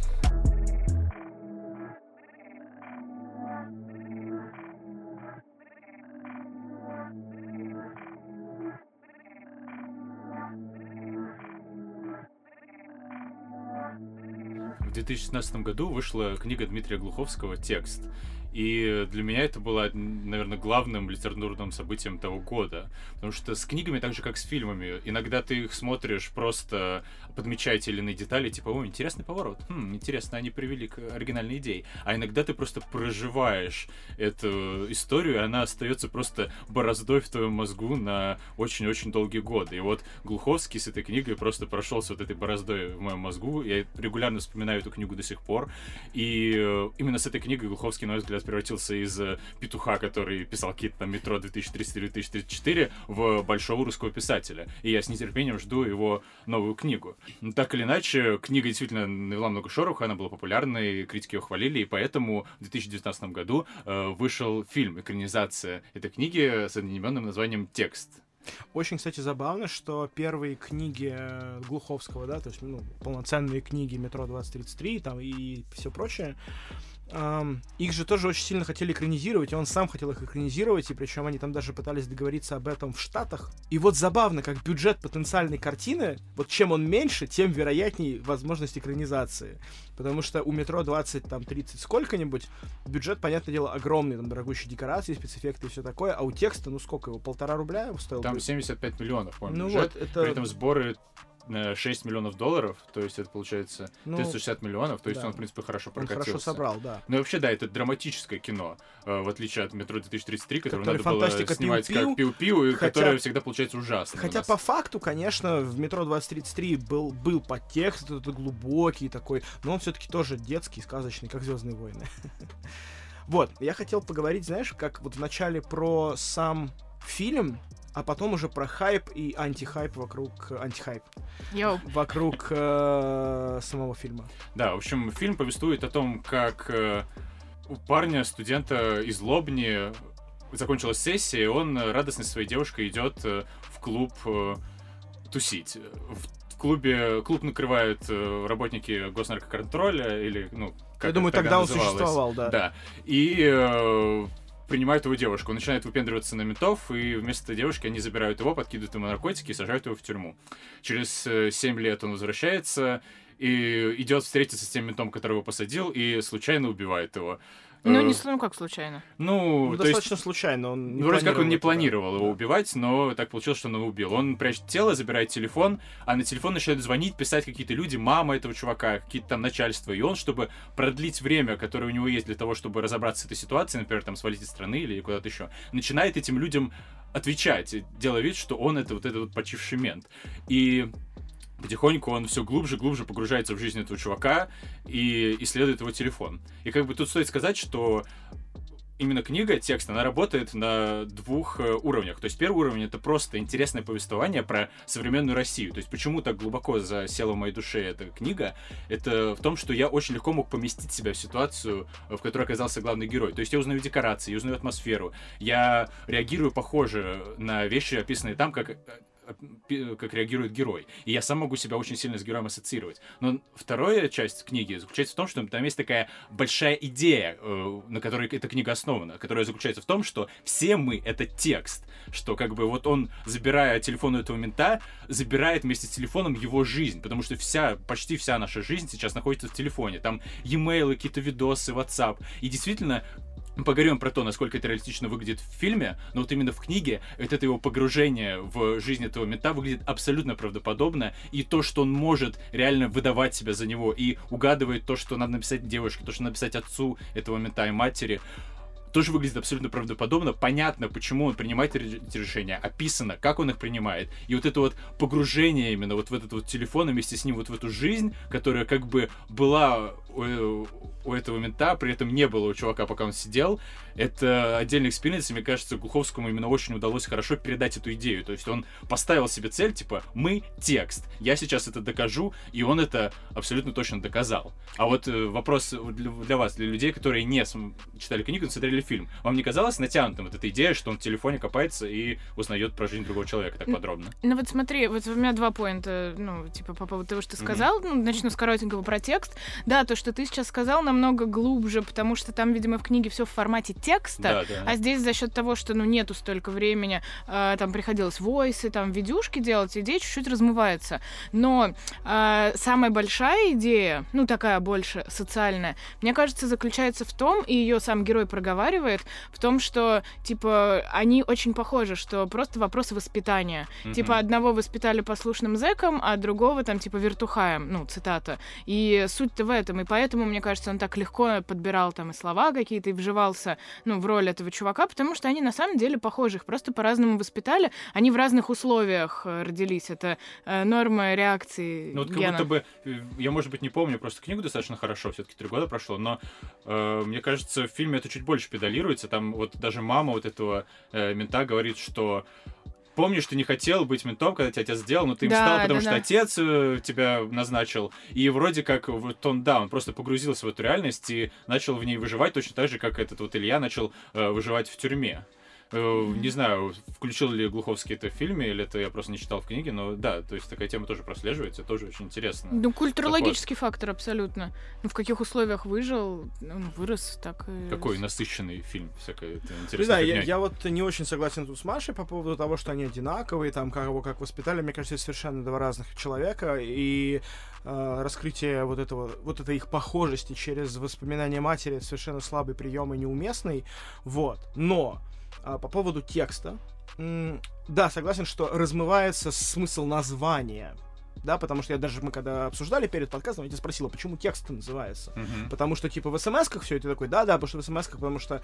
В две тысячи шестнадцатом году вышла книга Дмитрия Глуховского «Текст». И для меня это было, наверное, главным литературным событием того года. Потому что с книгами, так же как с фильмами, иногда ты их смотришь, просто подмечая те или иные детали, типа, о, интересный поворот, хм, интересно, они привели к оригинальной идее. А иногда ты просто проживаешь эту историю, и она остается просто бороздой в твоем мозгу на очень-очень долгие годы. И вот Глуховский с этой книгой просто прошелся вот этой бороздой в моем мозгу. Я регулярно вспоминаю эту книгу до сих пор. И именно с этой книгой Глуховский, на мой взгляд, превратился из петуха, который писал какие-то там метро две тысячи тридцать четыре - две тысячи тридцать четыре, в большого русского писателя. И я с нетерпением жду его новую книгу. Но так или иначе, книга действительно навела много шороха, она была популярной, критики ее хвалили, и поэтому в две тысячи девятнадцатом году э, вышел фильм, экранизация этой книги с одноименным названием «Текст». Очень, кстати, забавно, что первые книги Глуховского, да, то есть, ну, полноценные книги «Метро двадцать тридцать три» там и все прочее, Um, их же тоже очень сильно хотели экранизировать, и он сам хотел их экранизировать, и причем они там даже пытались договориться об этом в Штатах. И вот забавно, как бюджет потенциальной картины, вот чем он меньше, тем вероятнее возможность экранизации. Потому что у «Метро двадцать тридцать» сколько-нибудь бюджет, понятное дело, огромный, там дорогущие декорации, спецэффекты и все такое, а у текста, ну сколько его, полтора рубля его стоил? Там семьдесят пять миллионов, по-моему, ну бюджет, вот, это... при этом сборы шесть миллионов долларов, то есть это получается ну, триста шестьдесят миллионов, то есть да. он, в принципе, хорошо он прокатился. хорошо собрал, да. Ну и вообще, да, это драматическое кино, в отличие от «Метро две тысячи тридцать три», которое надо было снимать пиу-пиу, как пиу-пиу, и хотя... которое всегда получается ужасно. Хотя по факту, конечно, в «Метро двадцать тридцать три» был, был подтекст, это глубокий такой, но он все-таки тоже детский, сказочный, как «Звездные войны». Вот, я хотел поговорить, знаешь, как вот вначале про сам фильм, а потом уже про хайп и антихайп вокруг... Антихайп. Йоу. Вокруг э, самого фильма. Да, в общем, фильм повествует о том, как э, у парня, студента из Лобни, закончилась сессия, и он радостно со своей девушкой идет э, в клуб э, тусить. В клубе... Клуб накрывают э, работники госнаркоконтроля, или, ну, как Я думаю, тогда он существовал, да. Да. И... Э, принимают его девушку. Он начинает выпендриваться на ментов, и вместо девушки они забирают его, подкидывают ему наркотики и сажают его в тюрьму. Через семь лет он возвращается и идет встретиться с тем ментом, который его посадил, и случайно убивает его. Ну, не, ну как случайно? Ну, ну то достаточно есть, случайно. Он не вроде как он не планировал это, его да. убивать, но так получилось, что он его убил. Он прячет тело, забирает телефон, а на телефон начинают звонить, писать какие-то люди, мама этого чувака, какие-то там начальства. И он, чтобы продлить время, которое у него есть для того, чтобы разобраться с этой ситуацией, например, там свалить из страны или куда-то еще, начинает этим людям отвечать, делая вид, что он это вот этот вот почивший мент. И потихоньку он все глубже и глубже погружается в жизнь этого чувака и исследует его телефон. И как бы тут стоит сказать, что именно книга, текст, она работает на двух э, уровнях. То есть первый уровень — это просто интересное повествование про современную Россию. То есть почему так глубоко засела в моей душе эта книга, это в том, что я очень легко мог поместить себя в ситуацию, в которой оказался главный герой. То есть я узнаю декорации, я узнаю атмосферу, я реагирую похоже на вещи, описанные там, как... как реагирует герой. И я сам могу себя очень сильно с героем ассоциировать. Но вторая часть книги заключается в том, что там есть такая большая идея, на которой эта книга основана, которая заключается в том, что все мы — это текст. Что как бы вот он, забирая телефон у этого мента, забирает вместе с телефоном его жизнь. Потому что вся, почти вся наша жизнь сейчас находится в телефоне. Там e-mail, какие-то видосы, WhatsApp. И действительно, мы поговорим про то, насколько это реалистично выглядит в фильме, но вот именно в книге вот это его погружение в жизнь этого мента выглядит абсолютно правдоподобно, и то, что он может реально выдавать себя за него и угадывает то, что надо написать девушке, то, что надо написать отцу этого мента и матери, тоже выглядит абсолютно правдоподобно. Понятно, почему он принимает эти решения, описано, как он их принимает. И вот это вот погружение именно вот в этот вот телефон, вместе с ним вот в эту жизнь, которая как бы была у, у этого мента, при этом не было у чувака, пока он сидел, это отдельный экспириенс, и мне кажется, Глуховскому именно очень удалось хорошо передать эту идею. То есть он поставил себе цель, типа, мы текст, я сейчас это докажу, и он это абсолютно точно доказал. А вот э, вопрос для, для вас, для людей, которые не читали книгу, но смотрели фильм. Вам не казалось натянутым вот эта идея, что он в телефоне копается и узнает про жизнь другого человека так подробно? Ну вот смотри, вот у меня два поинта, ну, типа, по поводу того, что ты сказал. Mm-hmm. Ну, начну с коротенького про текст. Да, то, что ты сейчас сказал, намного глубже, потому что там, видимо, в книге все в формате текста, да, да. А здесь за счет того, что, ну, нету столько времени, э, там приходилось войсы, там, видюшки делать, идея чуть-чуть размывается. Но э, самая большая идея, ну, такая больше социальная, мне кажется, заключается в том, и ее сам герой проговаривает, в том, что, типа, они очень похожи, что просто вопросы воспитания. Mm-hmm. Типа, одного воспитали послушным зэком, а другого, там, типа, вертухаем, ну, цитата. И суть-то в этом. И поэтому, мне кажется, он так легко подбирал там и слова какие-то, и вживался, ну, в роль этого чувака, потому что они на самом деле похожи, их просто по-разному воспитали, они в разных условиях родились, это э, норма реакции Ну, вот как гена. будто бы, я, может быть, не помню, просто книгу достаточно хорошо, все-таки три года прошло, но э, мне кажется, в фильме это чуть больше педалируется, там вот даже мама вот этого э, мента говорит, что помнишь, ты не хотел быть ментом, когда тебя отец сделал, но ты им Да, стал, потому да, что да. отец э, тебя назначил. И вроде как вот он, да, он просто погрузился в эту реальность и начал в ней выживать точно так же, как этот вот Илья начал э, выживать в тюрьме. Э, не знаю, включил ли Глуховский это в фильме, или это я просто не читал в книге, но да, то есть такая тема тоже прослеживается, тоже очень интересно. Ну, культурологический фактор абсолютно. Ну, в каких условиях выжил, он вырос, так и... Какой насыщенный фильм, всякая Не интересная знаю, я, фигня. я вот не очень согласен тут с Машей по поводу того, что они одинаковые, там, как его как воспитали. Мне кажется, это совершенно два разных человека, и э, раскрытие вот этого, вот этой их похожести через воспоминания матери — это совершенно слабый прием и неуместный, вот. Но э, по поводу текста, м- да, согласен, что размывается смысл названия. Да, потому что я даже, мы когда обсуждали перед подкастом, я тебя спросила, почему текст называется. Мгм. Потому что, типа, в смс-ках все это такой, да-да, потому что в смс-ках, потому что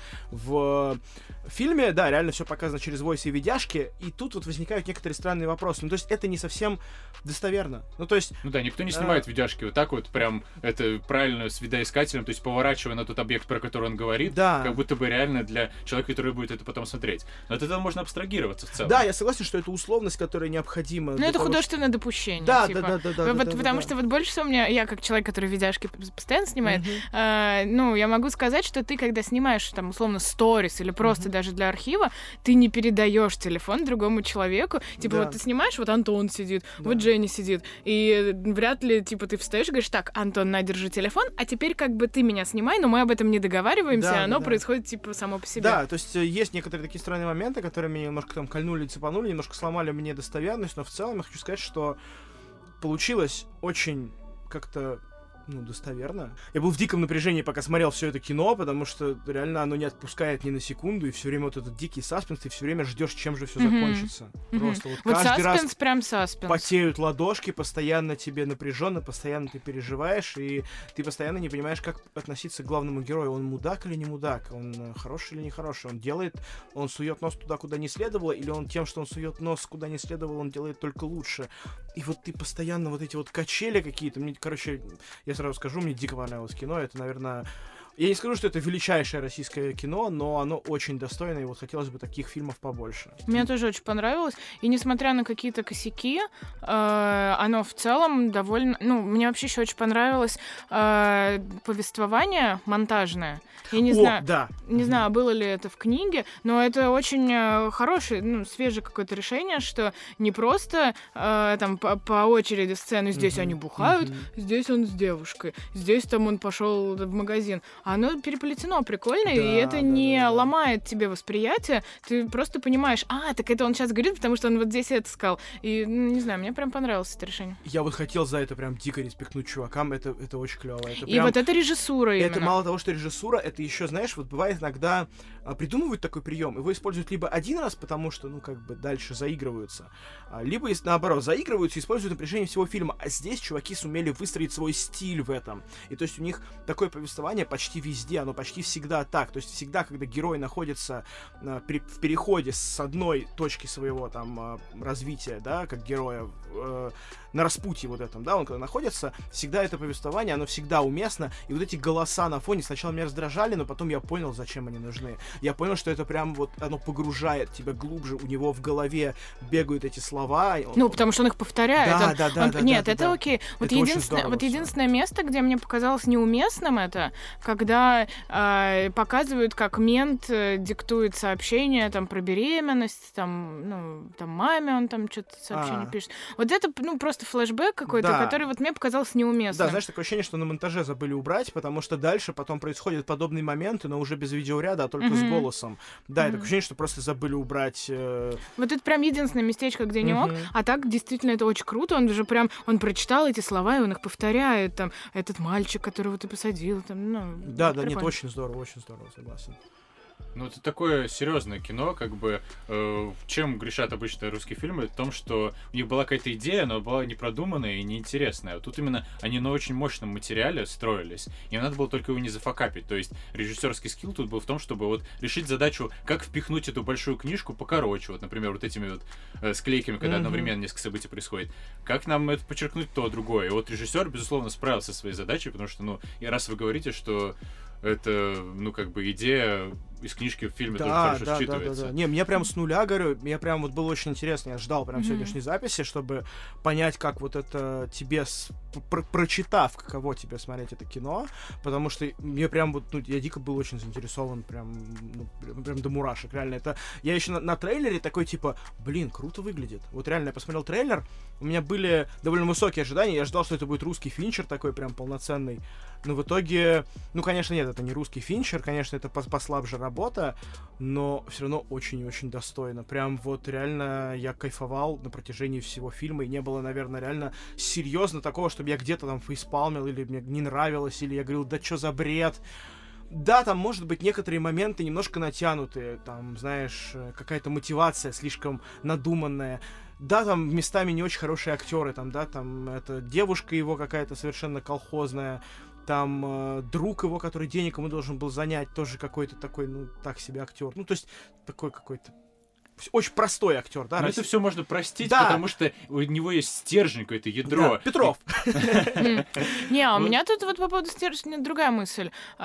в фильме, да, реально все показано через войс и видяшки, и тут вот возникают некоторые странные вопросы. Ну, то есть это не совсем достоверно. Ну, то есть... Ну да, никто не А. снимает видяшки вот так вот, прям, это правильно, с видоискателем, то есть поворачивая на тот объект, про который он говорит, Да. как будто бы реально для человека, который будет это потом смотреть. Но от этого можно абстрагироваться в целом. Да, я согласен, что это условность, которая необходима. Ну, для это того, художественное допущение. Да, типа. да, да, да, да, Вот да, да, потому да. что вот больше всего мне, я как человек, который видяшки п- постоянно снимает, Мгм. э, ну, я могу сказать, что ты, когда снимаешь, там, условно, сторис или просто Мгм. даже для архива, ты не передаешь телефон другому человеку. Типа, Да. вот ты снимаешь, вот Антон сидит, Да. вот Женя сидит, и вряд ли, типа, ты встаешь и говоришь, так, Антон, на, держи телефон, а теперь как бы ты меня снимай, но мы об этом не договариваемся, Да, и оно да, да. происходит, типа, само по себе. Да, то есть э, есть некоторые такие странные моменты, которые меня немножко там кольнули, цепанули, немножко сломали мне достоверность, но в целом я хочу сказать, что получилось очень как-то, ну, достоверно. Я был в диком напряжении, пока смотрел все это кино, потому что реально оно не отпускает ни на секунду, и все время вот этот дикий саспенс, ты все время ждешь, чем же все Мгм. закончится. Мгм. Просто вот, Вот каждый саспенс, раз прям саспенс. потеют ладошки, постоянно тебе напряженно, постоянно ты переживаешь, и ты постоянно не понимаешь, как относиться к главному герою. Он мудак или не мудак? Он э, хороший или не хороший? Он делает, он сует нос туда, куда не следовало, или он тем, что он сует нос куда не следовало, он делает только лучше? И вот ты постоянно вот эти вот качели какие-то. Мне, короче, я сразу скажу, мне дико понравилось кино. Это, наверное... Я не скажу, что это величайшее российское кино, но оно очень достойное, и вот хотелось бы таких фильмов побольше. Мне тоже очень понравилось. И несмотря на какие-то косяки, э, оно в целом довольно... Ну, мне вообще еще очень понравилось э, повествование монтажное. Я не О, знаю... да. Не Мгм. знаю, было ли это в книге, но это очень э, хорошее, ну, свежее какое-то решение, что не просто э, там по, по очереди сцены, здесь Мгм. они бухают, Мгм. здесь он с девушкой, здесь там он пошел в магазин. А оно переплетено прикольно, и Да, это да, не да, да. ломает тебе восприятие, ты просто понимаешь, а, так это он сейчас говорит, потому что он вот здесь это сказал. И, ну, не знаю, мне прям понравилось это решение. Я вот хотел за это прям дико респектнуть чувакам, это, это очень клево. Это И прям- вот это режиссура Это именно. мало того, что режиссура, это еще, знаешь, вот бывает иногда а, придумывают такой прием, его используют либо один раз, потому что, ну, как бы дальше заигрываются, а, либо, если наоборот, заигрываются и используют на протяжении всего фильма. А здесь чуваки сумели выстроить свой стиль в этом. И то есть у них такое повествование почти везде, оно почти всегда так. То есть всегда, когда герой находится а, при- в переходе с одной точки своего там а, развития, да, как героя, э, на распутье вот этом, да, он когда находится, всегда это повествование, оно всегда уместно, и вот эти голоса на фоне сначала меня раздражали, но потом я понял, зачем они нужны. Я понял, что это прям вот, оно погружает тебя глубже, у него в голове бегают эти слова. и он- Ну, потому что он их повторяет. Да, Он- да, да, он- да, Нет, да, это да. окей. Вот, Это очень единственное, здорово вот всё. единственное место, где мне показалось неуместным это, когда э, показывают, как мент э, диктует сообщение там про беременность, там, ну, там маме он там что-то сообщение А. пишет. Вот это, ну, просто флешбэк какой-то, Да. который вот мне показался неуместным. Да, знаешь, такое ощущение, что на монтаже забыли убрать, потому что дальше потом происходят подобные моменты, но уже без видеоряда, а только с Мгм. голосом. Да, и Мгм. такое ощущение, что просто забыли убрать... э, Вот это прям единственное местечко, где не ок. Мгм. А так, действительно, это очень круто. Он же прям, он прочитал эти слова, и он их повторяет. Там, этот мальчик, которого ты посадил. Там, ну, Да, это да, нет, прикольно. очень здорово, очень здорово, согласен. Ну, это такое серьезное кино, как бы, э, чем грешат обычно русские фильмы, в том, что у них была какая-то идея, но была непродуманная и неинтересная. Тут именно они на очень мощном материале строились, и надо было только его не зафакапить. То есть режиссерский скилл тут был в том, чтобы вот решить задачу, как впихнуть эту большую книжку покороче, вот, например, вот этими вот э, склейками, когда mm-hmm. одновременно несколько событий происходит. Как нам это подчеркнуть то, другое? И вот режиссер, безусловно, справился со своей задачей, потому что, ну, и раз вы говорите, что это, ну, как бы идея из книжки в фильме да, тоже хорошо да, считывается. Да, да, да. Не, мне прям с нуля, говорю, мне прям вот было очень интересно. Я ждал прям mm-hmm. сегодняшней записи, чтобы понять, как вот это тебе, с... Про- прочитав, каково тебе смотреть это кино, потому что мне прям вот, ну, я дико был очень заинтересован, прям, ну, прям, прям до мурашек, реально. Это я еще на, на трейлере такой, типа, блин, круто выглядит. Вот реально, я посмотрел трейлер, у меня были довольно высокие ожидания, я ждал, что это будет русский Финчер такой прям полноценный, но в итоге, ну, конечно, нет, это не русский Финчер, конечно, это послабже работа, но все равно очень и очень достойно. Прям вот реально я кайфовал на протяжении всего фильма, и не было, наверное, реально серьезно такого, чтобы я где-то там фейспалмил, или мне не нравилось, или я говорил, да чё за бред. Да, там, может быть, некоторые моменты немножко натянутые, там, знаешь, какая-то мотивация слишком надуманная. Да, там местами не очень хорошие актеры, там, да, там, это девушка его какая-то совершенно колхозная, там э, друг его, который денег ему должен был занять, тоже какой-то такой, ну, так себе актер. Ну, то есть, такой какой-то очень простой актер, да? Но Россия... это все можно простить, да. потому что у него есть стержень, какое-то ядро. Да, Петров. Не, а у меня тут вот по поводу стержня другая мысль. У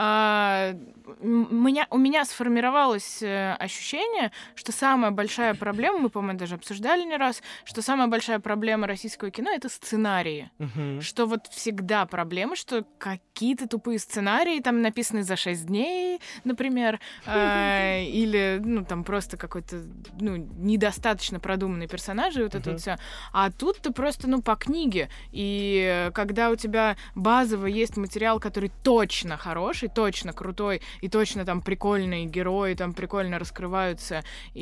меня сформировалось ощущение, что самая большая проблема, мы, по-моему, даже обсуждали не раз, что самая большая проблема российского кино — это сценарии. Что вот всегда проблема, что какие-то тупые сценарии, там написаны за шесть дней, например, или, ну, там просто какой-то, ну, недостаточно продуманные персонажи, вот uh-huh. это вот все. А тут ты просто, ну, по книге. И когда у тебя базово есть материал, который точно хороший, точно крутой, и точно там прикольные герои, там прикольно раскрываются,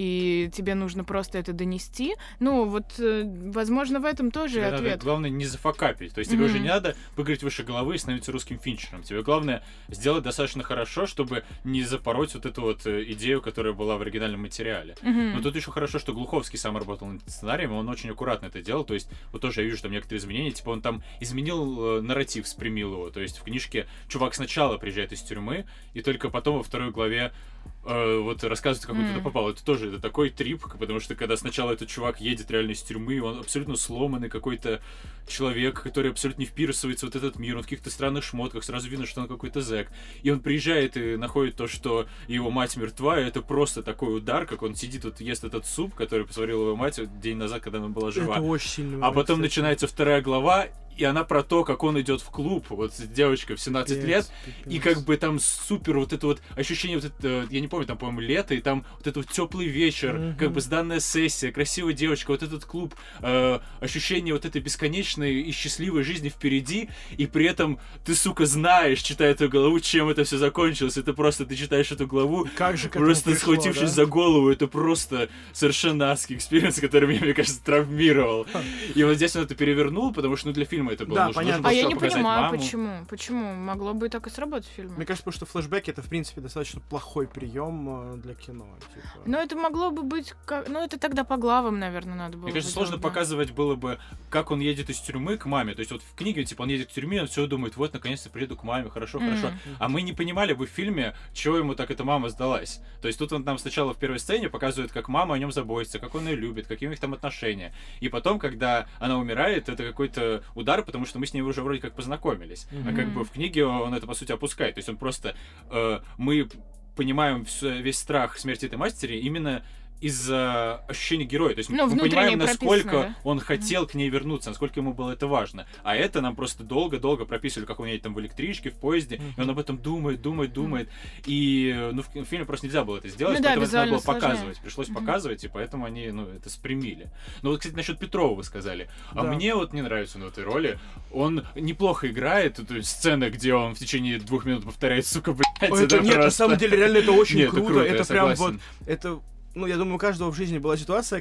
и тебе нужно просто это донести, ну, вот, возможно, в этом тоже тебе ответ. Надо, главное, не зафакапить. То есть тебе mm-hmm. уже не надо выиграть выше головы и становиться русским Финчером. Тебе главное сделать достаточно хорошо, чтобы не запороть вот эту вот идею, которая была в оригинальном материале. Mm-hmm. Но тут еще хорошо, что Глуховский сам работал над сценарием, и он очень аккуратно это делал. То есть, вот тоже я вижу там некоторые изменения. Типа он там изменил э, нарратив, спрямил его. То есть в книжке чувак сначала приезжает из тюрьмы, и только потом во второй главе э, вот рассказывает, как он mm. туда попал. Это тоже это такой трип, потому что когда сначала этот чувак едет реально из тюрьмы, он абсолютно сломанный какой-то человек, который абсолютно не вписывается в вот этот мир, он в каких-то странных шмотках, сразу видно, что он какой-то зэк. И он приезжает и находит то, что его мать мертва, и это просто такой удар, как он сидит, вот ест этот суп, который посварила его мать день назад, когда она была жива. Это очень сильно. А потом кстати. начинается вторая глава, и она про то, как он идет в клуб, вот с девочкой в семнадцать пипец, лет, пипец. И как бы там супер вот это вот ощущение, вот это, я не помню, там, по-моему, лето, и там вот этот вот теплый вечер, mm-hmm. как бы сданная сессия, красивая девочка, вот этот клуб, э, ощущение вот этой бесконечной и счастливой жизни впереди, и при этом ты, сука, знаешь, читая эту главу, чем это все закончилось, это просто ты читаешь эту главу, как же просто пришло, схватившись да? за голову, это просто совершенно адский экспириенс, который меня, мне кажется, травмировал. И вот здесь он это перевернул, потому что, ну, для фильма это было да, нужно. понятно. А я не понимаю, маму. почему. Почему? Могло бы и так и сработать в фильме. Мне кажется, потому что флешбеки — это, в принципе, достаточно плохой прием для кино. Типа. Ну, это могло бы быть... Как... Ну, это тогда по главам, наверное, надо было. Мне кажется, бы сложно делать, да. показывать было бы, как он едет из тюрьмы к маме. То есть вот в книге, типа, он едет к тюрьме, он все думает, вот, наконец-то приеду к маме, хорошо, mm-hmm. хорошо. А мы не понимали бы в фильме, чего ему так эта мама сдалась. То есть тут он нам сначала в первой сцене показывает, как мама о нем заботится, как он ее любит, какие у них там отношения. И потом, когда она умирает, это какой-то удар, потому что мы с ней уже вроде как познакомились. Mm-hmm. А как бы в книге он это, по сути, опускает. То есть он просто... Э, мы понимаем все, весь страх смерти этой матери именно из-за ощущения героя. То есть ну, мы понимаем, насколько да? он хотел mm-hmm. к ней вернуться, насколько ему было это важно. А это нам просто долго-долго прописывали, как он едет там в электричке, в поезде, mm-hmm. и он об этом думает, думает, думает. Mm-hmm. И ну, в фильме просто нельзя было это сделать, ну, поэтому да, это надо было сложнее. показывать. Пришлось mm-hmm. показывать, и поэтому они ну, это спрямили. Ну вот, кстати, насчет Петрова вы сказали. А да. мне вот не нравится на этой роли. Он неплохо играет. То есть сцена, где он в течение двух минут повторяет, сука, блядь. О, это, это нет, просто... на самом деле, реально это очень нет, круто. Это, круто, это прям вот... Это... Ну, я думаю, у каждого в жизни была ситуация,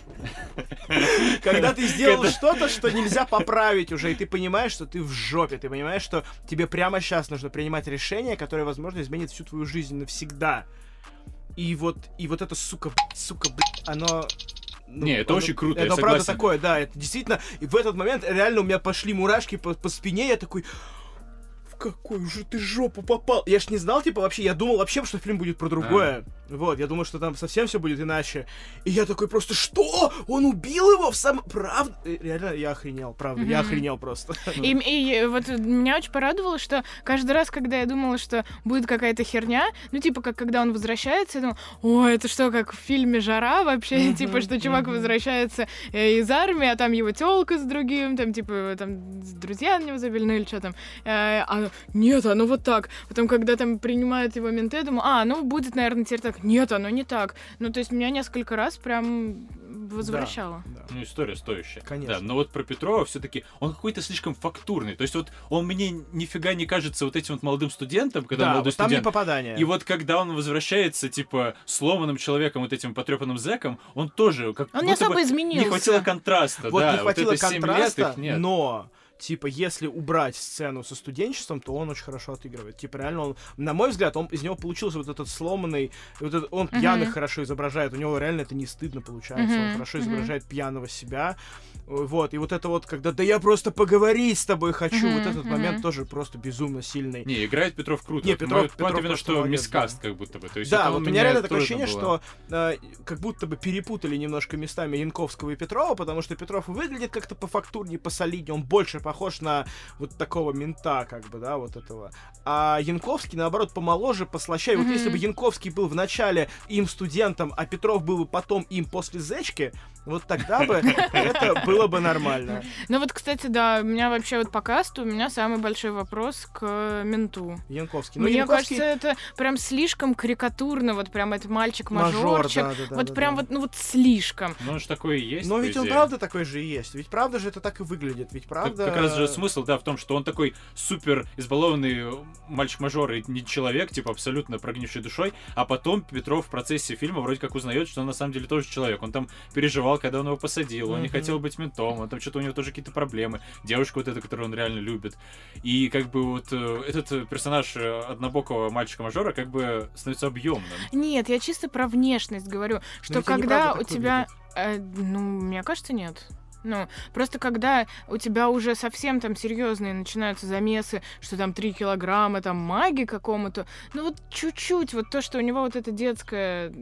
когда ты сделал что-то, что нельзя поправить уже, и ты понимаешь, что ты в жопе, ты понимаешь, что тебе прямо сейчас нужно принимать решение, которое, возможно, изменит всю твою жизнь навсегда. и вот, и вот это, сука, сука, блядь, оно... Ну, не, это оно, очень круто, это я правда согласен. такое, да, это действительно, и в этот момент реально у меня пошли мурашки по, по спине, я такой... В какую же ты жопу попал? Я ж не знал, типа, вообще, я думал вообще, что фильм будет про другое. А. Вот, я думал, что там совсем все будет иначе. И я такой просто, что? Он убил его в самом... Правда? Реально, я охренел, правда, mm-hmm. я охренел просто. И, и вот меня очень порадовало, что каждый раз, когда я думала, что будет какая-то херня, ну, типа, как когда он возвращается, я думала, о, это что, как в фильме «Жара» вообще? Mm-hmm. Типа, что чувак mm-hmm. возвращается э, из армии, а там его тёлка с другим, там, типа, там, друзья на него забили, ну, или что там. Э, а нет, оно вот так. Потом, когда там принимают его менты, я думаю, а, ну, будет, наверное, теперь так. Нет, оно не так. Ну, то есть меня несколько раз прям возвращало. Да, да. Ну, история стоящая. Конечно. Да, но вот про Петрова все-таки он какой-то слишком фактурный. То есть вот он мне нифига не кажется вот этим вот молодым студентом, когда да, он молодой вот там студент. не попадание. И вот когда он возвращается, типа, сломанным человеком, вот этим потрепанным зэком, он тоже как он не особо изменился. Не хватило контраста. Вот да, не хватило вот это контраста, семь лет их нет. Но... Типа, если убрать сцену со студенчеством, то он очень хорошо отыгрывает. Типа, реально, он, на мой взгляд, он, из него получился вот этот сломанный... Вот этот, он uh-huh. пьяных хорошо изображает. У него реально это не стыдно получается. Uh-huh. Он хорошо uh-huh. изображает пьяного себя. Вот. И вот это вот, когда «да я просто поговорить с тобой хочу», uh-huh. вот этот uh-huh. момент тоже просто безумно сильный. Не, играет Петров круто. Не, Петров, Петров, Петров именно, что молодец, мискаст да. как будто бы. То есть да, вот у меня реально такое трудно ощущение, было. что э, как будто бы перепутали немножко местами Янковского и Петрова, потому что Петров выглядит как-то пофактурнее, посолиднее, он больше похож на вот такого мента, как бы, да, вот этого. А Янковский, наоборот, помоложе, послащай. Mm-hmm. Вот если бы Янковский был в начале им студентом, а Петров был бы потом им после зечки, вот тогда бы это было бы нормально. Ну вот, кстати, да, у меня вообще вот по касту, у меня самый большой вопрос к менту. Янковский. Мне Янковский... кажется, это прям слишком карикатурно, вот прям этот мальчик-мажорчик. Мажор, да, да, вот да, прям да. вот, ну вот слишком. Ну он же такой и есть. Но ведь он правда такой же и есть. Ведь правда же это так и выглядит. Ведь правда... Как, как раз же смысл, да, в том, что он такой супер избалованный мальчик-мажор и не человек, типа абсолютно прогнивший душой, а потом Петров в процессе фильма вроде как узнает, что он на самом деле тоже человек. Он там переживал, когда он его посадил, он mm-hmm. не хотел быть ментом, он там что-то у него тоже какие-то проблемы. Девушка вот эта, которую он реально любит. И как бы вот э, этот персонаж однобокого мальчика-мажора как бы становится объемным. Нет, я чисто про внешность говорю, что когда у тебя... Э, ну, мне кажется, нет. Ну, просто когда у тебя уже совсем там серьезные начинаются замесы, что там три килограмма, там маги какому-то, ну вот чуть-чуть, вот то, что у него вот это детское...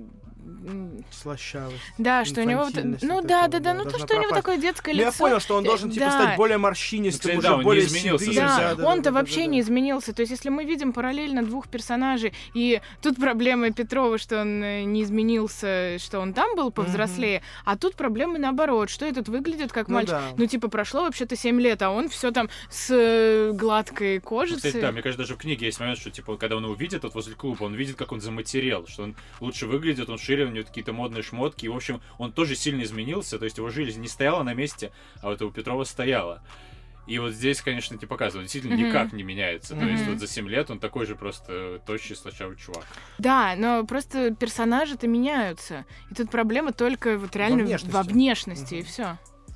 Слащавость. Да, что у него вот... Ну да, да, да, ну то, что у него такое детское лицо. Я понял, что он должен типа стать более морщинистым, уже более седым. Да, он-то вообще не изменился. То есть если мы видим параллельно двух персонажей, и тут проблема Петрова, что он не изменился, что он там был повзрослее, а тут проблема наоборот, что этот выглядит как мальчик. Ну типа прошло вообще-то семь лет, а он все там с гладкой кожицей. Да, мне кажется, даже в книге есть момент, что типа когда он его видит вот возле клуба, он видит, как он заматерел, что он лучше выглядит, он шире, у него какие-то модные шмотки, и, в общем, он тоже сильно изменился, то есть его жизнь не стояла на месте, а вот у Петрова стояла. И вот здесь, конечно, не показывают, действительно mm-hmm. никак не меняется, mm-hmm. то есть вот за семь лет он такой же просто тощий, слащавый чувак. Да, но просто персонажи-то меняются, и тут проблема только вот реально во внешности, во внешности mm-hmm. и все.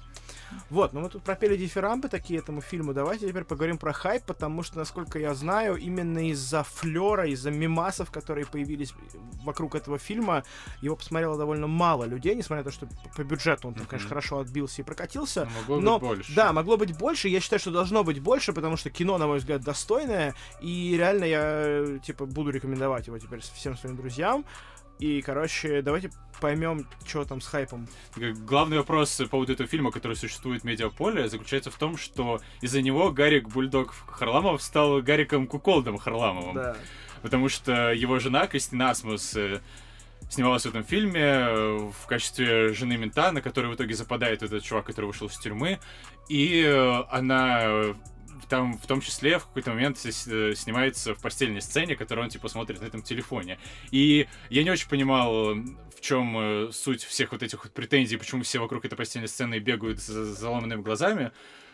Вот, ну мы тут пропели дифирамбы такие этому фильму. Давайте теперь поговорим про хайп, потому что, насколько я знаю, именно из-за флера, из-за мемасов, которые появились вокруг этого фильма, его посмотрело довольно мало людей, несмотря на то, что по бюджету он там, mm-hmm. конечно, хорошо отбился и прокатился. Но могло но, быть больше. Да, могло быть больше. Я считаю, что должно быть больше, потому что кино, на мой взгляд, достойное. И реально я, типа, буду рекомендовать его теперь всем своим друзьям. И, короче, давайте поймем, что там с хайпом. Главный вопрос по поводу этого фильма, который существует в медиаполе, заключается в том, что из-за него Гарик Бульдог Харламов стал Гариком Куколдом Харламовым. Да. Потому что его жена Кристина Асмус снималась в этом фильме в качестве жены мента, на которую в итоге западает этот чувак, который вышел из тюрьмы. И она... там в том числе в какой-то момент снимается в постельной сцене, которую он типа смотрит на этом телефоне. И я не очень понимал, в чем суть всех вот этих вот претензий, почему все вокруг этой постельной сцены бегают с заломанными глазами.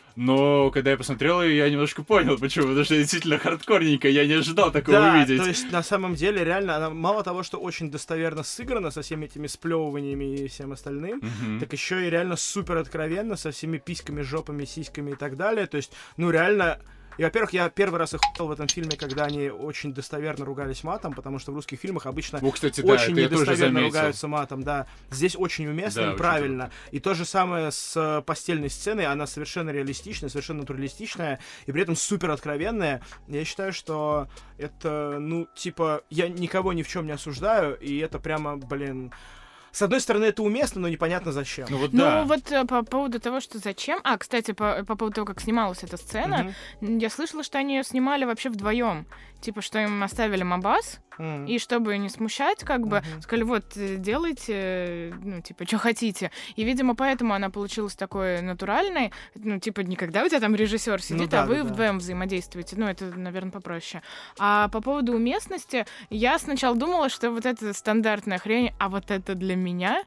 Но когда я посмотрел ее, я немножко понял, почему. Потому что действительно хардкорненько, я не ожидал такого да, увидеть. То есть, на самом деле, реально, она мало того, что очень достоверно сыграна со всеми этими сплевываниями и всем остальным, mm-hmm. так еще и реально супер откровенно, со всеми письками, жопами, сиськами и так далее. То есть, ну реально... И, во-первых, я первый раз охуел в этом фильме, когда они очень достоверно ругались матом, потому что в русских фильмах обычно ну, кстати, да, очень недостоверно ругаются матом, да. Здесь очень уместно да, и правильно. Круто. И то же самое с постельной сценой, она совершенно реалистичная, совершенно натуралистичная, и при этом супер откровенная. Я считаю, что это, ну, типа, я никого ни в чем не осуждаю, и это прямо, блин... С одной стороны, это уместно, но непонятно зачем. Ну вот, да. ну, вот по поводу того, что зачем... А, кстати, по, по поводу того, как снималась эта сцена, mm-hmm. я слышала, что они ее снимали вообще вдвоем. Типа, что им оставили Мабас, mm-hmm. и чтобы не смущать, как бы, mm-hmm. сказали, вот, делайте, ну, типа, что хотите. И, видимо, поэтому она получилась такой натуральной. Ну, типа, никогда у тебя там режиссер сидит, ну, да, а вы да, вдвоем да. взаимодействуете. Ну, это, наверное, попроще. А по поводу уместности, я сначала думала, что вот это стандартная хрень, а вот это для меня.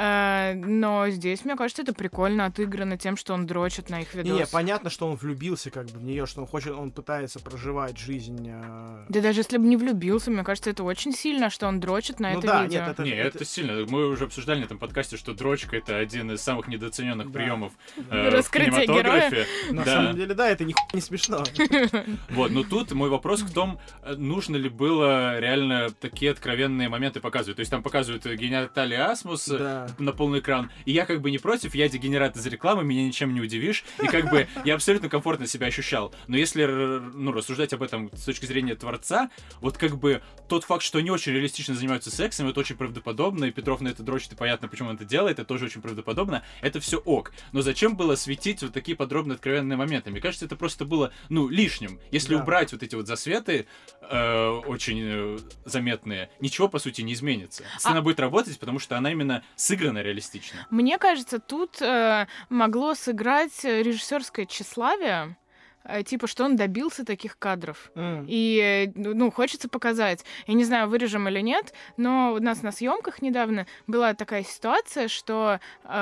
Э, но здесь, мне кажется, это прикольно отыграно тем, что он дрочит на их видос. Не, понятно, что он влюбился как бы в нее, что он хочет, он пытается проживать жизнь... Э... Да даже если бы не влюбился, мне кажется, это очень сильно, что он дрочит на ну это да, видео. Нет, это, не, это... это сильно. Мы уже обсуждали на этом подкасте, что дрочка — это один из самых недооцененных да. приемов э, в кинематографе. На да. самом деле, да, это ни не смешно. Вот, но тут мой вопрос к тому, нужно ли было реально такие откровенные моменты показывать. То есть там показывают гениталии Асмус да. на полный экран, и я как бы не против, я дегенерат из рекламы, меня ничем не удивишь, и как бы я абсолютно комфортно себя ощущал. Но если, ну, рассуждать об этом с точки зрения творца, вот как бы тот факт, что они очень реалистично занимаются сексом, это очень правдоподобно, и Петров на это дрочит, и понятно, почему он это делает, это тоже очень правдоподобно, это все ок. Но зачем было светить вот такие подробные откровенные моменты? Мне кажется, это просто было, ну, лишним. Если да. убрать вот эти вот засветы э, очень э, заметные, ничего, по сути, не изменится. Сцена а... будет работать, потому что она именно сыграна реалистично. Мне кажется, тут э, могло сыграть режиссерское тщеславие, типа, что он добился таких кадров. Mm. И, ну, хочется показать. Я не знаю, вырежем или нет, но у нас на съемках недавно была такая ситуация, что,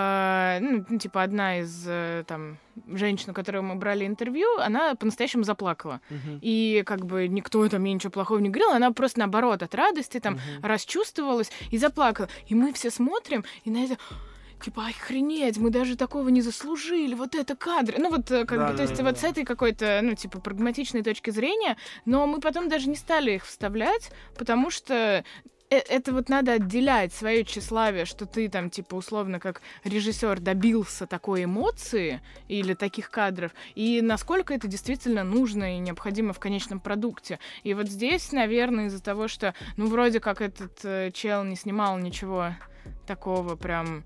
э, ну, типа, одна из, э, там, женщин, у которой мы брали интервью, она по-настоящему заплакала. Mm-hmm. И, как бы, никто там ей ничего плохого не говорил, она просто, наоборот, от радости там mm-hmm. расчувствовалась и заплакала. И мы все смотрим, и на это... Типа, охренеть, мы даже такого не заслужили, вот это кадры. Ну вот, как да, бы, да, то есть да, вот да. с этой какой-то, ну, типа, прагматичной точки зрения, но мы потом даже не стали их вставлять, потому что это вот надо отделять свое тщеславие, что ты там, типа, условно, как режиссер добился такой эмоции или таких кадров, и насколько это действительно нужно и необходимо в конечном продукте. И вот здесь, наверное, из-за того, что, ну, вроде как этот э, чел не снимал ничего такого прям...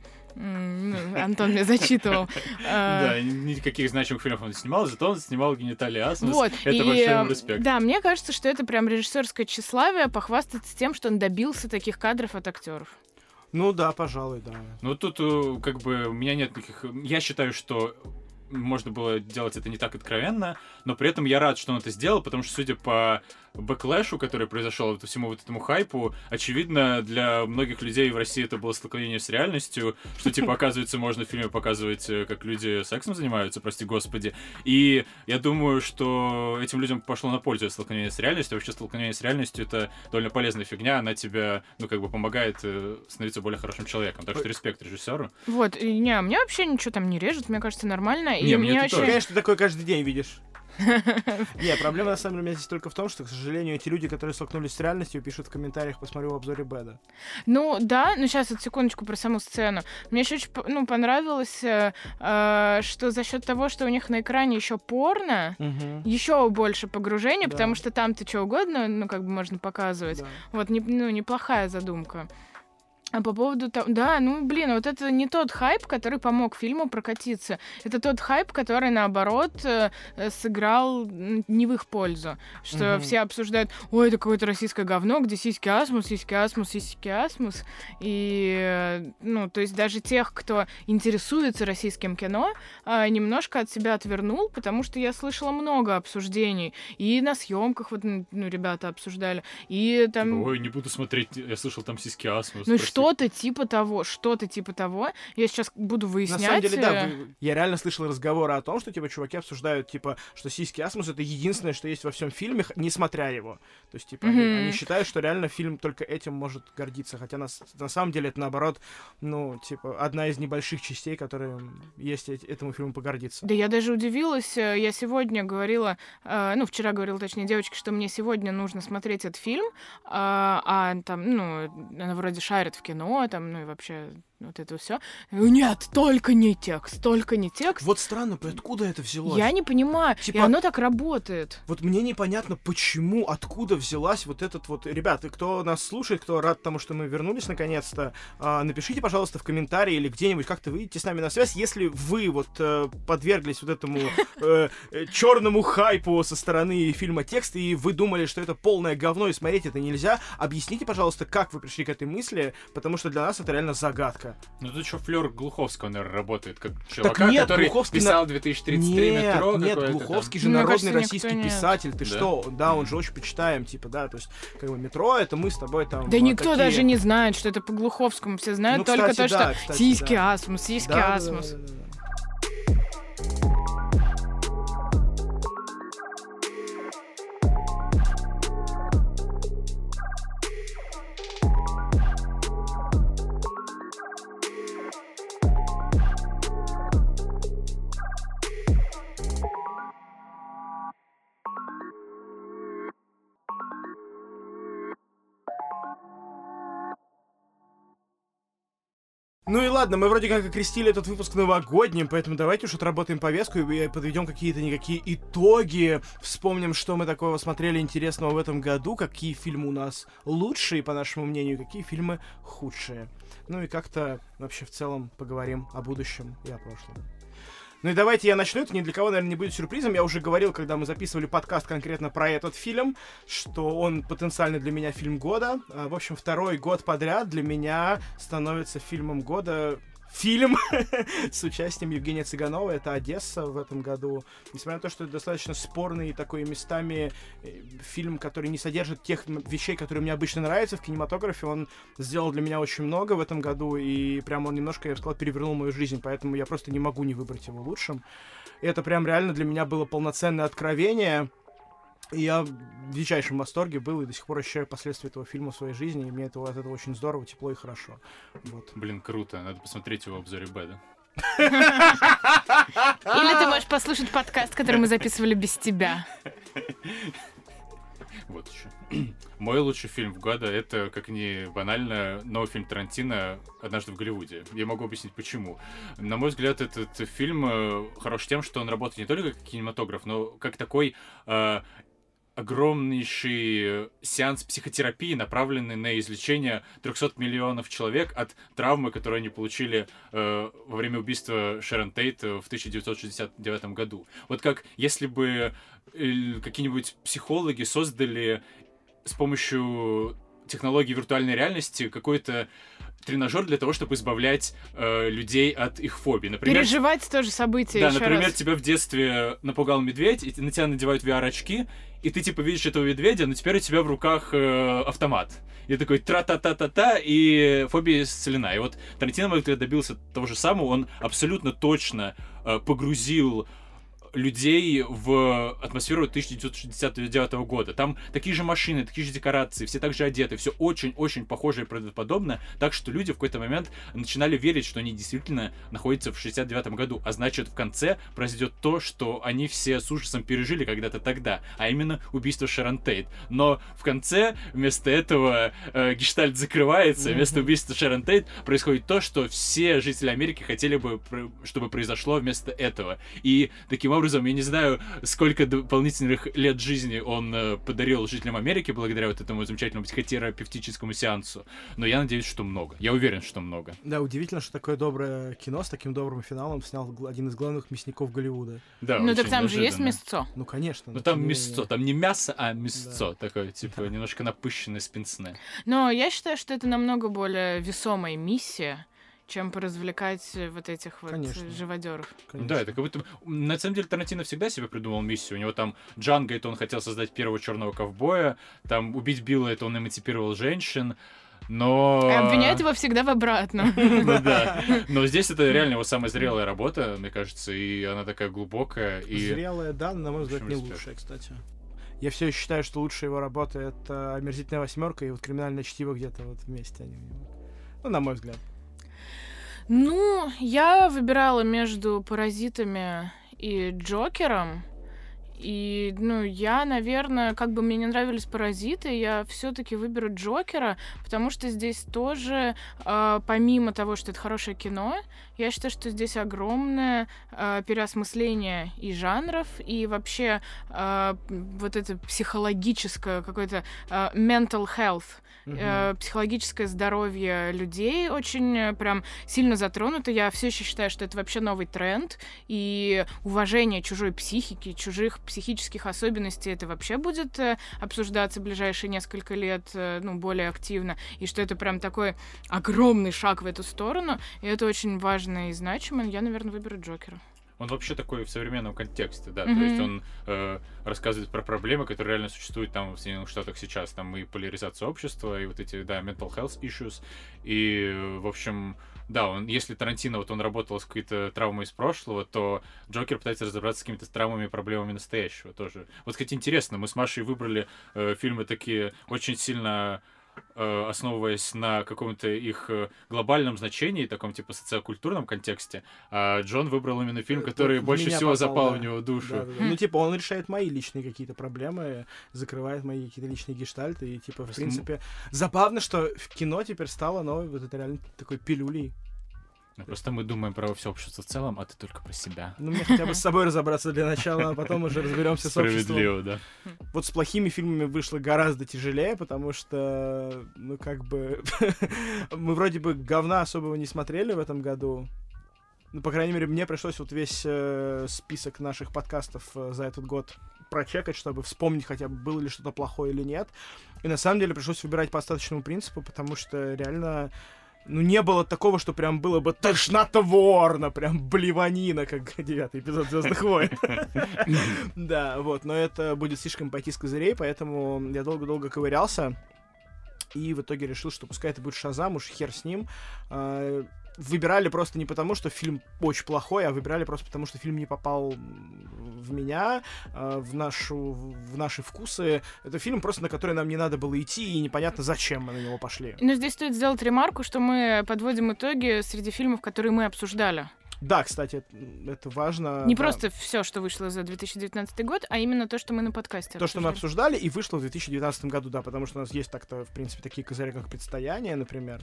Mm, Антон мне зачитывал. Да, никаких значимых фильмов он не снимал, зато он снимал гениталии Асмус. Это большой ему респект. Да, мне кажется, что это прям режиссерское тщеславие похвастаться тем, что он добился таких кадров от актеров. Ну да, пожалуй, да. Ну тут как бы у меня нет никаких... Я считаю, что можно было делать это не так откровенно, но при этом я рад, что он это сделал, потому что, судя по бэклэшу, который произошел, по всему вот этому хайпу, очевидно, для многих людей в России это было столкновение с реальностью, что, типа, оказывается, можно в фильме показывать, как люди сексом занимаются, прости господи. И я думаю, что этим людям пошло на пользу это столкновение с реальностью. Вообще, столкновение с реальностью — это довольно полезная фигня, она тебя, ну, как бы помогает становиться более хорошим человеком. Так что респект режиссеру. Вот, и не, мне вообще ничего там не режет, мне кажется, нормально. И не, мне очень... Конечно, ты такой каждый день видишь. Не, проблема на самом деле у меня здесь только в том, что, к сожалению, эти люди, которые столкнулись с реальностью, пишут в комментариях, посмотрю в обзоре Бэда. Ну да, ну сейчас вот секундочку про саму сцену. Мне еще очень ну, понравилось, э, э, что за счет того, что у них на экране еще порно, угу. еще больше погружения, да. потому что там-то что угодно, ну как бы можно показывать. Да. Вот не, ну, неплохая задумка. А по поводу того... Да, ну, блин, вот это не тот хайп, который помог фильму прокатиться. Это тот хайп, который, наоборот, э, сыграл не в их пользу. Что угу. все обсуждают, ой, это какое-то российское говно, где сиськи Асмус, сиськи Асмус, сиськи Асмус. И, э, ну, то есть даже тех, кто интересуется российским кино, э, немножко от себя отвернул, потому что я слышала много обсуждений. И на съемках вот, ну, ребята обсуждали. И там... Ой, не буду смотреть, я слышал там сиськи Асмус. Ну что? Что-то типа того, что-то типа того. Я сейчас буду выяснять. На самом деле, да, вы... я реально слышал разговоры о том, что, типа, чуваки обсуждают, типа, что сиськи Асмус — это единственное, что есть во всем фильме, несмотря его. То есть, типа, mm-hmm. они, они считают, что реально фильм только этим может гордиться, хотя на, на самом деле это, наоборот, ну, типа, одна из небольших частей, которые есть этому фильму погордиться. Да я даже удивилась, я сегодня говорила, э, ну, вчера говорила, точнее, девочке, что мне сегодня нужно смотреть этот фильм, э, а там, ну, она вроде шарит в кино, там, ну, и вообще... Вот это все. Нет, только не текст, только не текст. Вот странно, откуда это взялось? Я не понимаю. Типа, и оно так работает. Вот мне непонятно, почему, откуда взялась вот этот вот... Ребята, кто нас слушает, кто рад тому, что мы вернулись наконец-то, э, напишите, пожалуйста, в комментарии или где-нибудь как-то выйдите с нами на связь, если вы вот э, подверглись вот этому э, черному хайпу со стороны фильма «Текст», и вы думали, что это полное говно и смотреть это нельзя, объясните, пожалуйста, как вы пришли к этой мысли, потому что для нас это реально загадка. Ну тут еще флёр Глуховского, наверное, работает как чувака, нет, который Глуховский писал на... две тысячи тридцать три нет, метро. Нет, Глуховский там. же Мне народный кажется, российский нет. писатель. Ты да? что? Да, он же очень почитаем, типа, да, то есть, как бы, метро, это мы с тобой там... Да вот никто такие... даже не знает, что это по Глуховскому. Все знают ну, только кстати, то, да, что кстати, сиськи да. Асмус, сиськи да, Асмус. Да, да, да, да. Ну и ладно, мы вроде как окрестили этот выпуск новогодним, поэтому давайте уж отработаем повестку и подведем какие-то-никакие итоги, вспомним, что мы такого смотрели интересного в этом году, какие фильмы у нас лучшие, по нашему мнению, какие фильмы худшие. Ну и как-то вообще в целом поговорим о будущем и о прошлом. Ну и давайте я начну, это ни для кого, наверное, не будет сюрпризом. Я уже говорил, когда мы записывали подкаст конкретно про этот фильм, что он потенциально для меня фильм года. В общем, второй год подряд для меня становится фильмом года... Фильм с участием Евгения Цыганова, это «Одесса» в этом году. Несмотря на то, что это достаточно спорный такой местами фильм, который не содержит тех вещей, которые мне обычно нравятся в кинематографе, он сделал для меня очень много в этом году, и прям он немножко, я бы сказал, перевернул мою жизнь, поэтому я просто не могу не выбрать его лучшим. И это прям реально для меня было полноценное откровение. И я в дичайшем восторге был и до сих пор ощущаю последствия этого фильма в своей жизни, и мне это, от этого очень здорово, тепло и хорошо. Вот. Блин, круто. Надо посмотреть его в обзоре Бэда. Или ты можешь послушать подкаст, который мы записывали без тебя. Вот еще. Мой лучший фильм года — это, как ни банально, новый фильм Тарантино «Однажды в Голливуде». Я могу объяснить, почему. На мой взгляд, этот фильм хорош тем, что он работает не только как кинематограф, но как такой... Э, огромнейший сеанс психотерапии, направленный на излечение трехсот миллионов человек от травмы, которую они получили э, во время убийства Шэрон Тейт в тысяча девятьсот шестьдесят девятом году. Вот как если бы э, какие-нибудь психологи создали с помощью технологий виртуальной реальности какой-то тренажер для того, чтобы избавлять э, людей от их фобий. Например, переживать тоже событие да, еще например, раз. тебя в детстве напугал медведь, и на тебя надевают ви ар-очки, и ты типа видишь этого медведя, но теперь у тебя в руках э, автомат. И такой тра-та-та-та-та, и фобия исцелена. И вот Тарантино, мой взгляд, добился того же самого. Он абсолютно точно э, погрузил людей в атмосферу тысяча девятьсот шестьдесят девятого года. Там такие же машины, такие же декорации, все так же одеты, все очень-очень похоже и правдоподобно, так что люди в какой-то момент начинали верить, что они действительно находятся в шестьдесят девятом году, а значит, в конце произойдет то, что они все с ужасом пережили когда-то тогда, а именно убийство Шэрон Тейт. Но в конце вместо этого э, гештальт закрывается, mm-hmm. вместо убийства Шэрон Тейт происходит то, что все жители Америки хотели бы, чтобы произошло вместо этого. И таким образом я не знаю, сколько дополнительных лет жизни он э, подарил жителям Америки благодаря вот этому замечательному психотерапевтическому сеансу. Но я надеюсь, что много. Я уверен, что много. Да, удивительно, что такое доброе кино с таким добрым финалом снял один из главных мясников Голливуда. Да, ну так там неожиданно. же есть мясцо. Ну, конечно. Ну там не... мясцо, там не мясо, а мясцо. Да. Такое, типа, да. Немножко напыщенное с пенсне. Но я считаю, что это намного более весомая миссия, чем поразвлекать вот этих вот Конечно. живодеров. Конечно. Да, это как будто... На самом деле Тарантино всегда себе придумал миссию. У него там Джанго — это он хотел создать первого черного ковбоя, там Убить Билла — это он эмансипировал женщин, но... Обвиняют его всегда в обратном. Ну да. Но здесь это реально его самая зрелая работа, мне кажется, и она такая глубокая. И... Зрелая, да, но, на мой взгляд, не лучшая, кстати. Я все еще считаю, что лучшая его работа — это «Омерзительная восьмерка» и вот «Криминальное чтиво» где-то вот вместе они. Ну, на мой взгляд. Ну, я выбирала между «Паразитами» и «Джокером». И, ну, я, наверное, как бы мне не нравились «Паразиты», я все-таки выберу «Джокера», потому что здесь тоже, э, помимо того, что это хорошее кино, я считаю, что здесь огромное э, переосмысление и жанров, и вообще э, вот это психологическое, какое-то э, mental health, Uh-huh. психологическое здоровье людей очень прям сильно затронуто. Я все еще считаю, что это вообще новый тренд, и уважение чужой психики, чужих психических особенностей, это вообще будет обсуждаться в ближайшие несколько лет, ну, более активно, и что это прям такой огромный шаг в эту сторону, и это очень важно и значимо. Я, наверное, выберу Джокера. Он вообще такой в современном контексте, да, Mm-hmm. то есть он э, рассказывает про проблемы, которые реально существуют там в Соединенных Штатах сейчас, там и поляризация общества, и вот эти, да, mental health issues, и, в общем, да, он, если Тарантино, вот он работал с какой-то травмой из прошлого, то Джокер пытается разобраться с какими-то травмами и проблемами настоящего тоже. Вот, кстати, интересно, мы с Машей выбрали э, фильмы такие очень сильно... основываясь на каком-то их глобальном значении, таком типа социокультурном контексте, а Джон выбрал именно фильм, который в больше всего попал, запал да. в него душу. Да, да, да. Ну, типа, он решает мои личные какие-то проблемы, закрывает мои какие-то личные гештальты, и, типа, в Просто... принципе, забавно, что в кино теперь стало новой вот это реально такой пилюлей. Ну, просто мы думаем про все общество в целом, а ты только про себя. Ну, мне хотя бы с собой разобраться для начала, а потом уже разберемся с обществом. Справедливо, да. Вот с плохими фильмами вышло гораздо тяжелее, потому что, ну, как бы, мы вроде бы говна особого не смотрели в этом году. Ну, по крайней мере, мне пришлось вот весь э, список наших подкастов э, за этот год прочекать, чтобы вспомнить хотя бы, было ли что-то плохое или нет. И на самом деле пришлось выбирать по остаточному принципу, потому что реально... Ну, не было такого, что прям было бы тошнотворно, прям блеванина, как девятый эпизод «Звездных войн». Да, вот, но это будет слишком пойти с козырей, поэтому я долго-долго ковырялся, и в итоге решил, что пускай это будет «Шазам», уж хер с ним. Выбирали просто не потому, что фильм очень плохой, а выбирали просто потому, что фильм не попал в меня, в, нашу, в наши вкусы. Это фильм просто, на который нам не надо было идти, и непонятно, зачем мы на него пошли. Но здесь стоит сделать ремарку, что мы подводим итоги среди фильмов, которые мы обсуждали. Да, кстати, это, это важно. Не да. просто все, что вышло за две тысячи девятнадцатый год, а именно то, что мы на подкасте То, обсуждали. что мы обсуждали, и вышло в две тысячи девятнадцатом году, да, потому что у нас есть так-то, в принципе, такие козыри, как «Предстояние», например.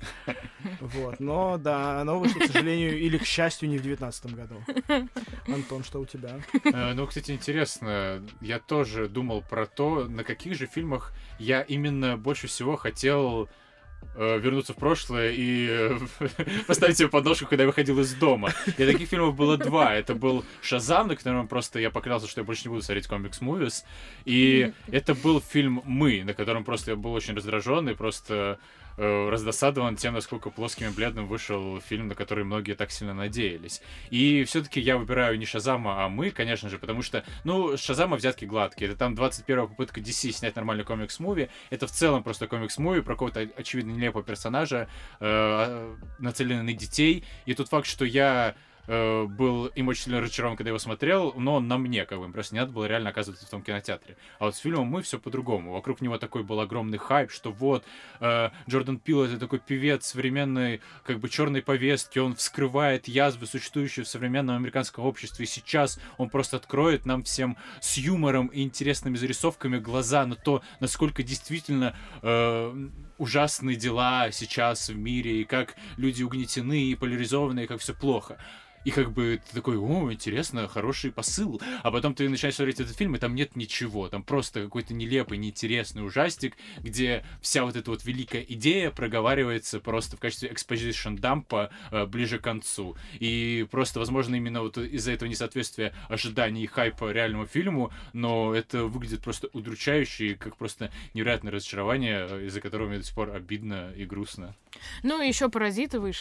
Вот, но, да, оно вышло, к сожалению, или, к счастью, не в девятнадцатом году. Антон, что у тебя? Ну, кстати, интересно, я тоже думал про то, на каких же фильмах я именно больше всего хотел... вернуться в прошлое и поставить себе подножку, когда я выходил из дома. И таких фильмов было два. Это был «Шазам», на котором просто я поклялся, что я больше не буду смотреть комикс-мувис. И это был фильм «Мы», на котором просто я был очень раздражен и просто э, раздосадован тем, насколько плоским и бледным вышел фильм, на который многие так сильно надеялись. И все-таки я выбираю не «Шазама», а «Мы», конечно же, потому что, ну, с «Шазама» взятки гладкие. Это там двадцать первая попытка ди си снять нормальный комикс-муви. Это в целом просто комикс-муви про какого-то, очевидно, нелепого персонажа, э, нацеленный на детей. И тот факт, что я э, был им очень сильно разочарован, когда его смотрел, но он на мне, как бы, просто не надо было реально оказываться в том кинотеатре. А вот с фильмом «Мы» все по-другому. Вокруг него такой был огромный хайп, что вот э, Джордан Пил — это такой певец современной, как бы, черной повестки, он вскрывает язвы, существующие в современном американском обществе, и сейчас он просто откроет нам всем с юмором и интересными зарисовками глаза на то, насколько действительно э, ужасные дела сейчас в мире, и как люди угнетены и поляризованы, и как все плохо. И как бы ты такой: о, интересно, хороший посыл. А потом ты начинаешь смотреть этот фильм, и там нет ничего. Там просто какой-то нелепый, неинтересный ужастик, где вся вот эта вот великая идея проговаривается просто в качестве exposition дампа э, ближе к концу. И просто, возможно, именно вот из-за этого несоответствия ожиданий и хайпа реальному фильму, но это выглядит просто удручающе, как просто невероятное разочарование, из-за которого мне до сих пор обидно и грустно. Ну, и еще «Паразиты» вышли.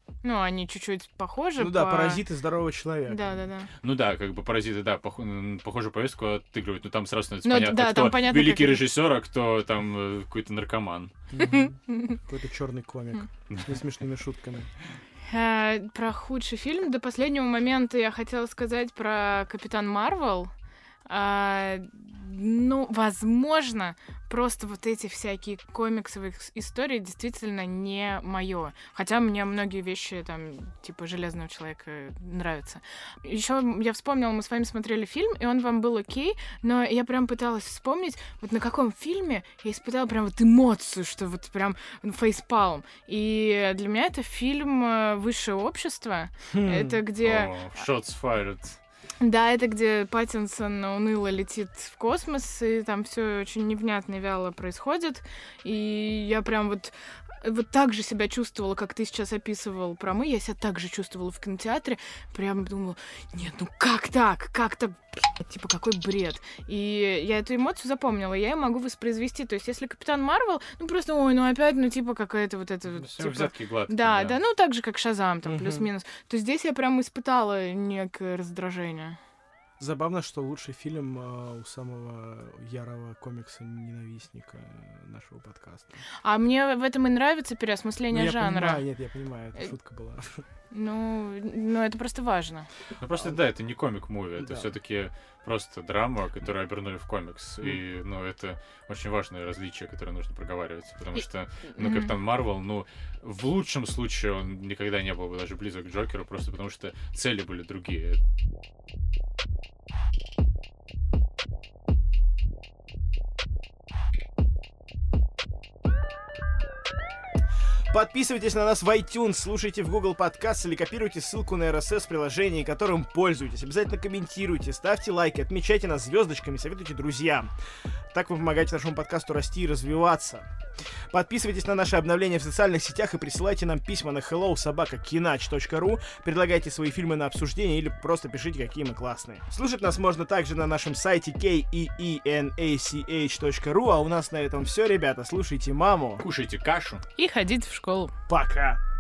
Ну, они чуть-чуть похожи. Ну да, по... «Паразиты здорового человека». Да-да-да. Ну да, как бы «Паразиты», да, пох... похожую повестку отыгрывают, но там сразу становится Ну, понятно, да, кто там понятно, великий как- режиссер, а кто там э, какой-то наркоман. Мгм. Какой-то черный комик с несмешными шутками. Э, Про худший фильм до последнего момента я хотела сказать про «Капитан Марвел». А, ну, возможно, просто вот эти всякие комиксовые с- истории действительно не мое. Хотя мне многие вещи, там, типа «Железного человека» нравятся. Еще я вспомнила, мы с вами смотрели фильм, и он вам был окей, но я прям пыталась вспомнить, вот на каком фильме я испытала прям вот эмоцию, что вот прям фейспалм. И для меня это фильм э, «Высшее общество». Хм. Это где... О, shots fired. Да, это где Паттинсон уныло летит в космос, и там все очень невнятно и вяло происходит. И я прям вот вот так же себя чувствовала, как ты сейчас описывал про «Мы». Я себя так же чувствовала в кинотеатре. Прям думала, нет, ну как так? Как так? Типа, какой бред. И я эту эмоцию запомнила, я ее могу воспроизвести. То есть, если «Капитан Марвел», ну просто, ой, ну опять, ну типа какая-то вот эта вот... Все типа... взятки гладкие. Да, да, ну так же, как «Шазам», там, Мгм. плюс-минус. То здесь я прям испытала некое раздражение. Забавно, что лучший фильм э, у самого ярого комикса-ненавистника нашего подкаста. А мне в этом и нравится Ну, переосмысление я жанра. понимаю, нет, я понимаю, это Э, шутка была. Ну, ну, это просто важно. Ну просто да, это не комик-муви, это Да. все-таки просто драма, которую обернули в комикс. И, ну, это очень важное различие, которое нужно проговаривать. Потому И- что, ну, Мгм. Капитан Марвел, ну, в лучшем случае он никогда не был бы даже близок к Джокеру, просто потому что цели были другие. Подписывайтесь на нас в iTunes, слушайте в Google Podcast или копируйте ссылку на эр эс эс приложении, которым пользуетесь. Обязательно комментируйте, ставьте лайки, отмечайте нас звездочками, советуйте друзьям. Так вы помогаете нашему подкасту расти и развиваться. Подписывайтесь на наши обновления в социальных сетях и присылайте нам письма на hello собака кинач точка ру, предлагайте свои фильмы на обсуждение или просто пишите, какие мы классные. Слушать нас можно также на нашем сайте кей и и эн эй си эйч точка ру, а у нас на этом все, ребята. Слушайте маму. Кушайте кашу. И ходить в школу. Пока!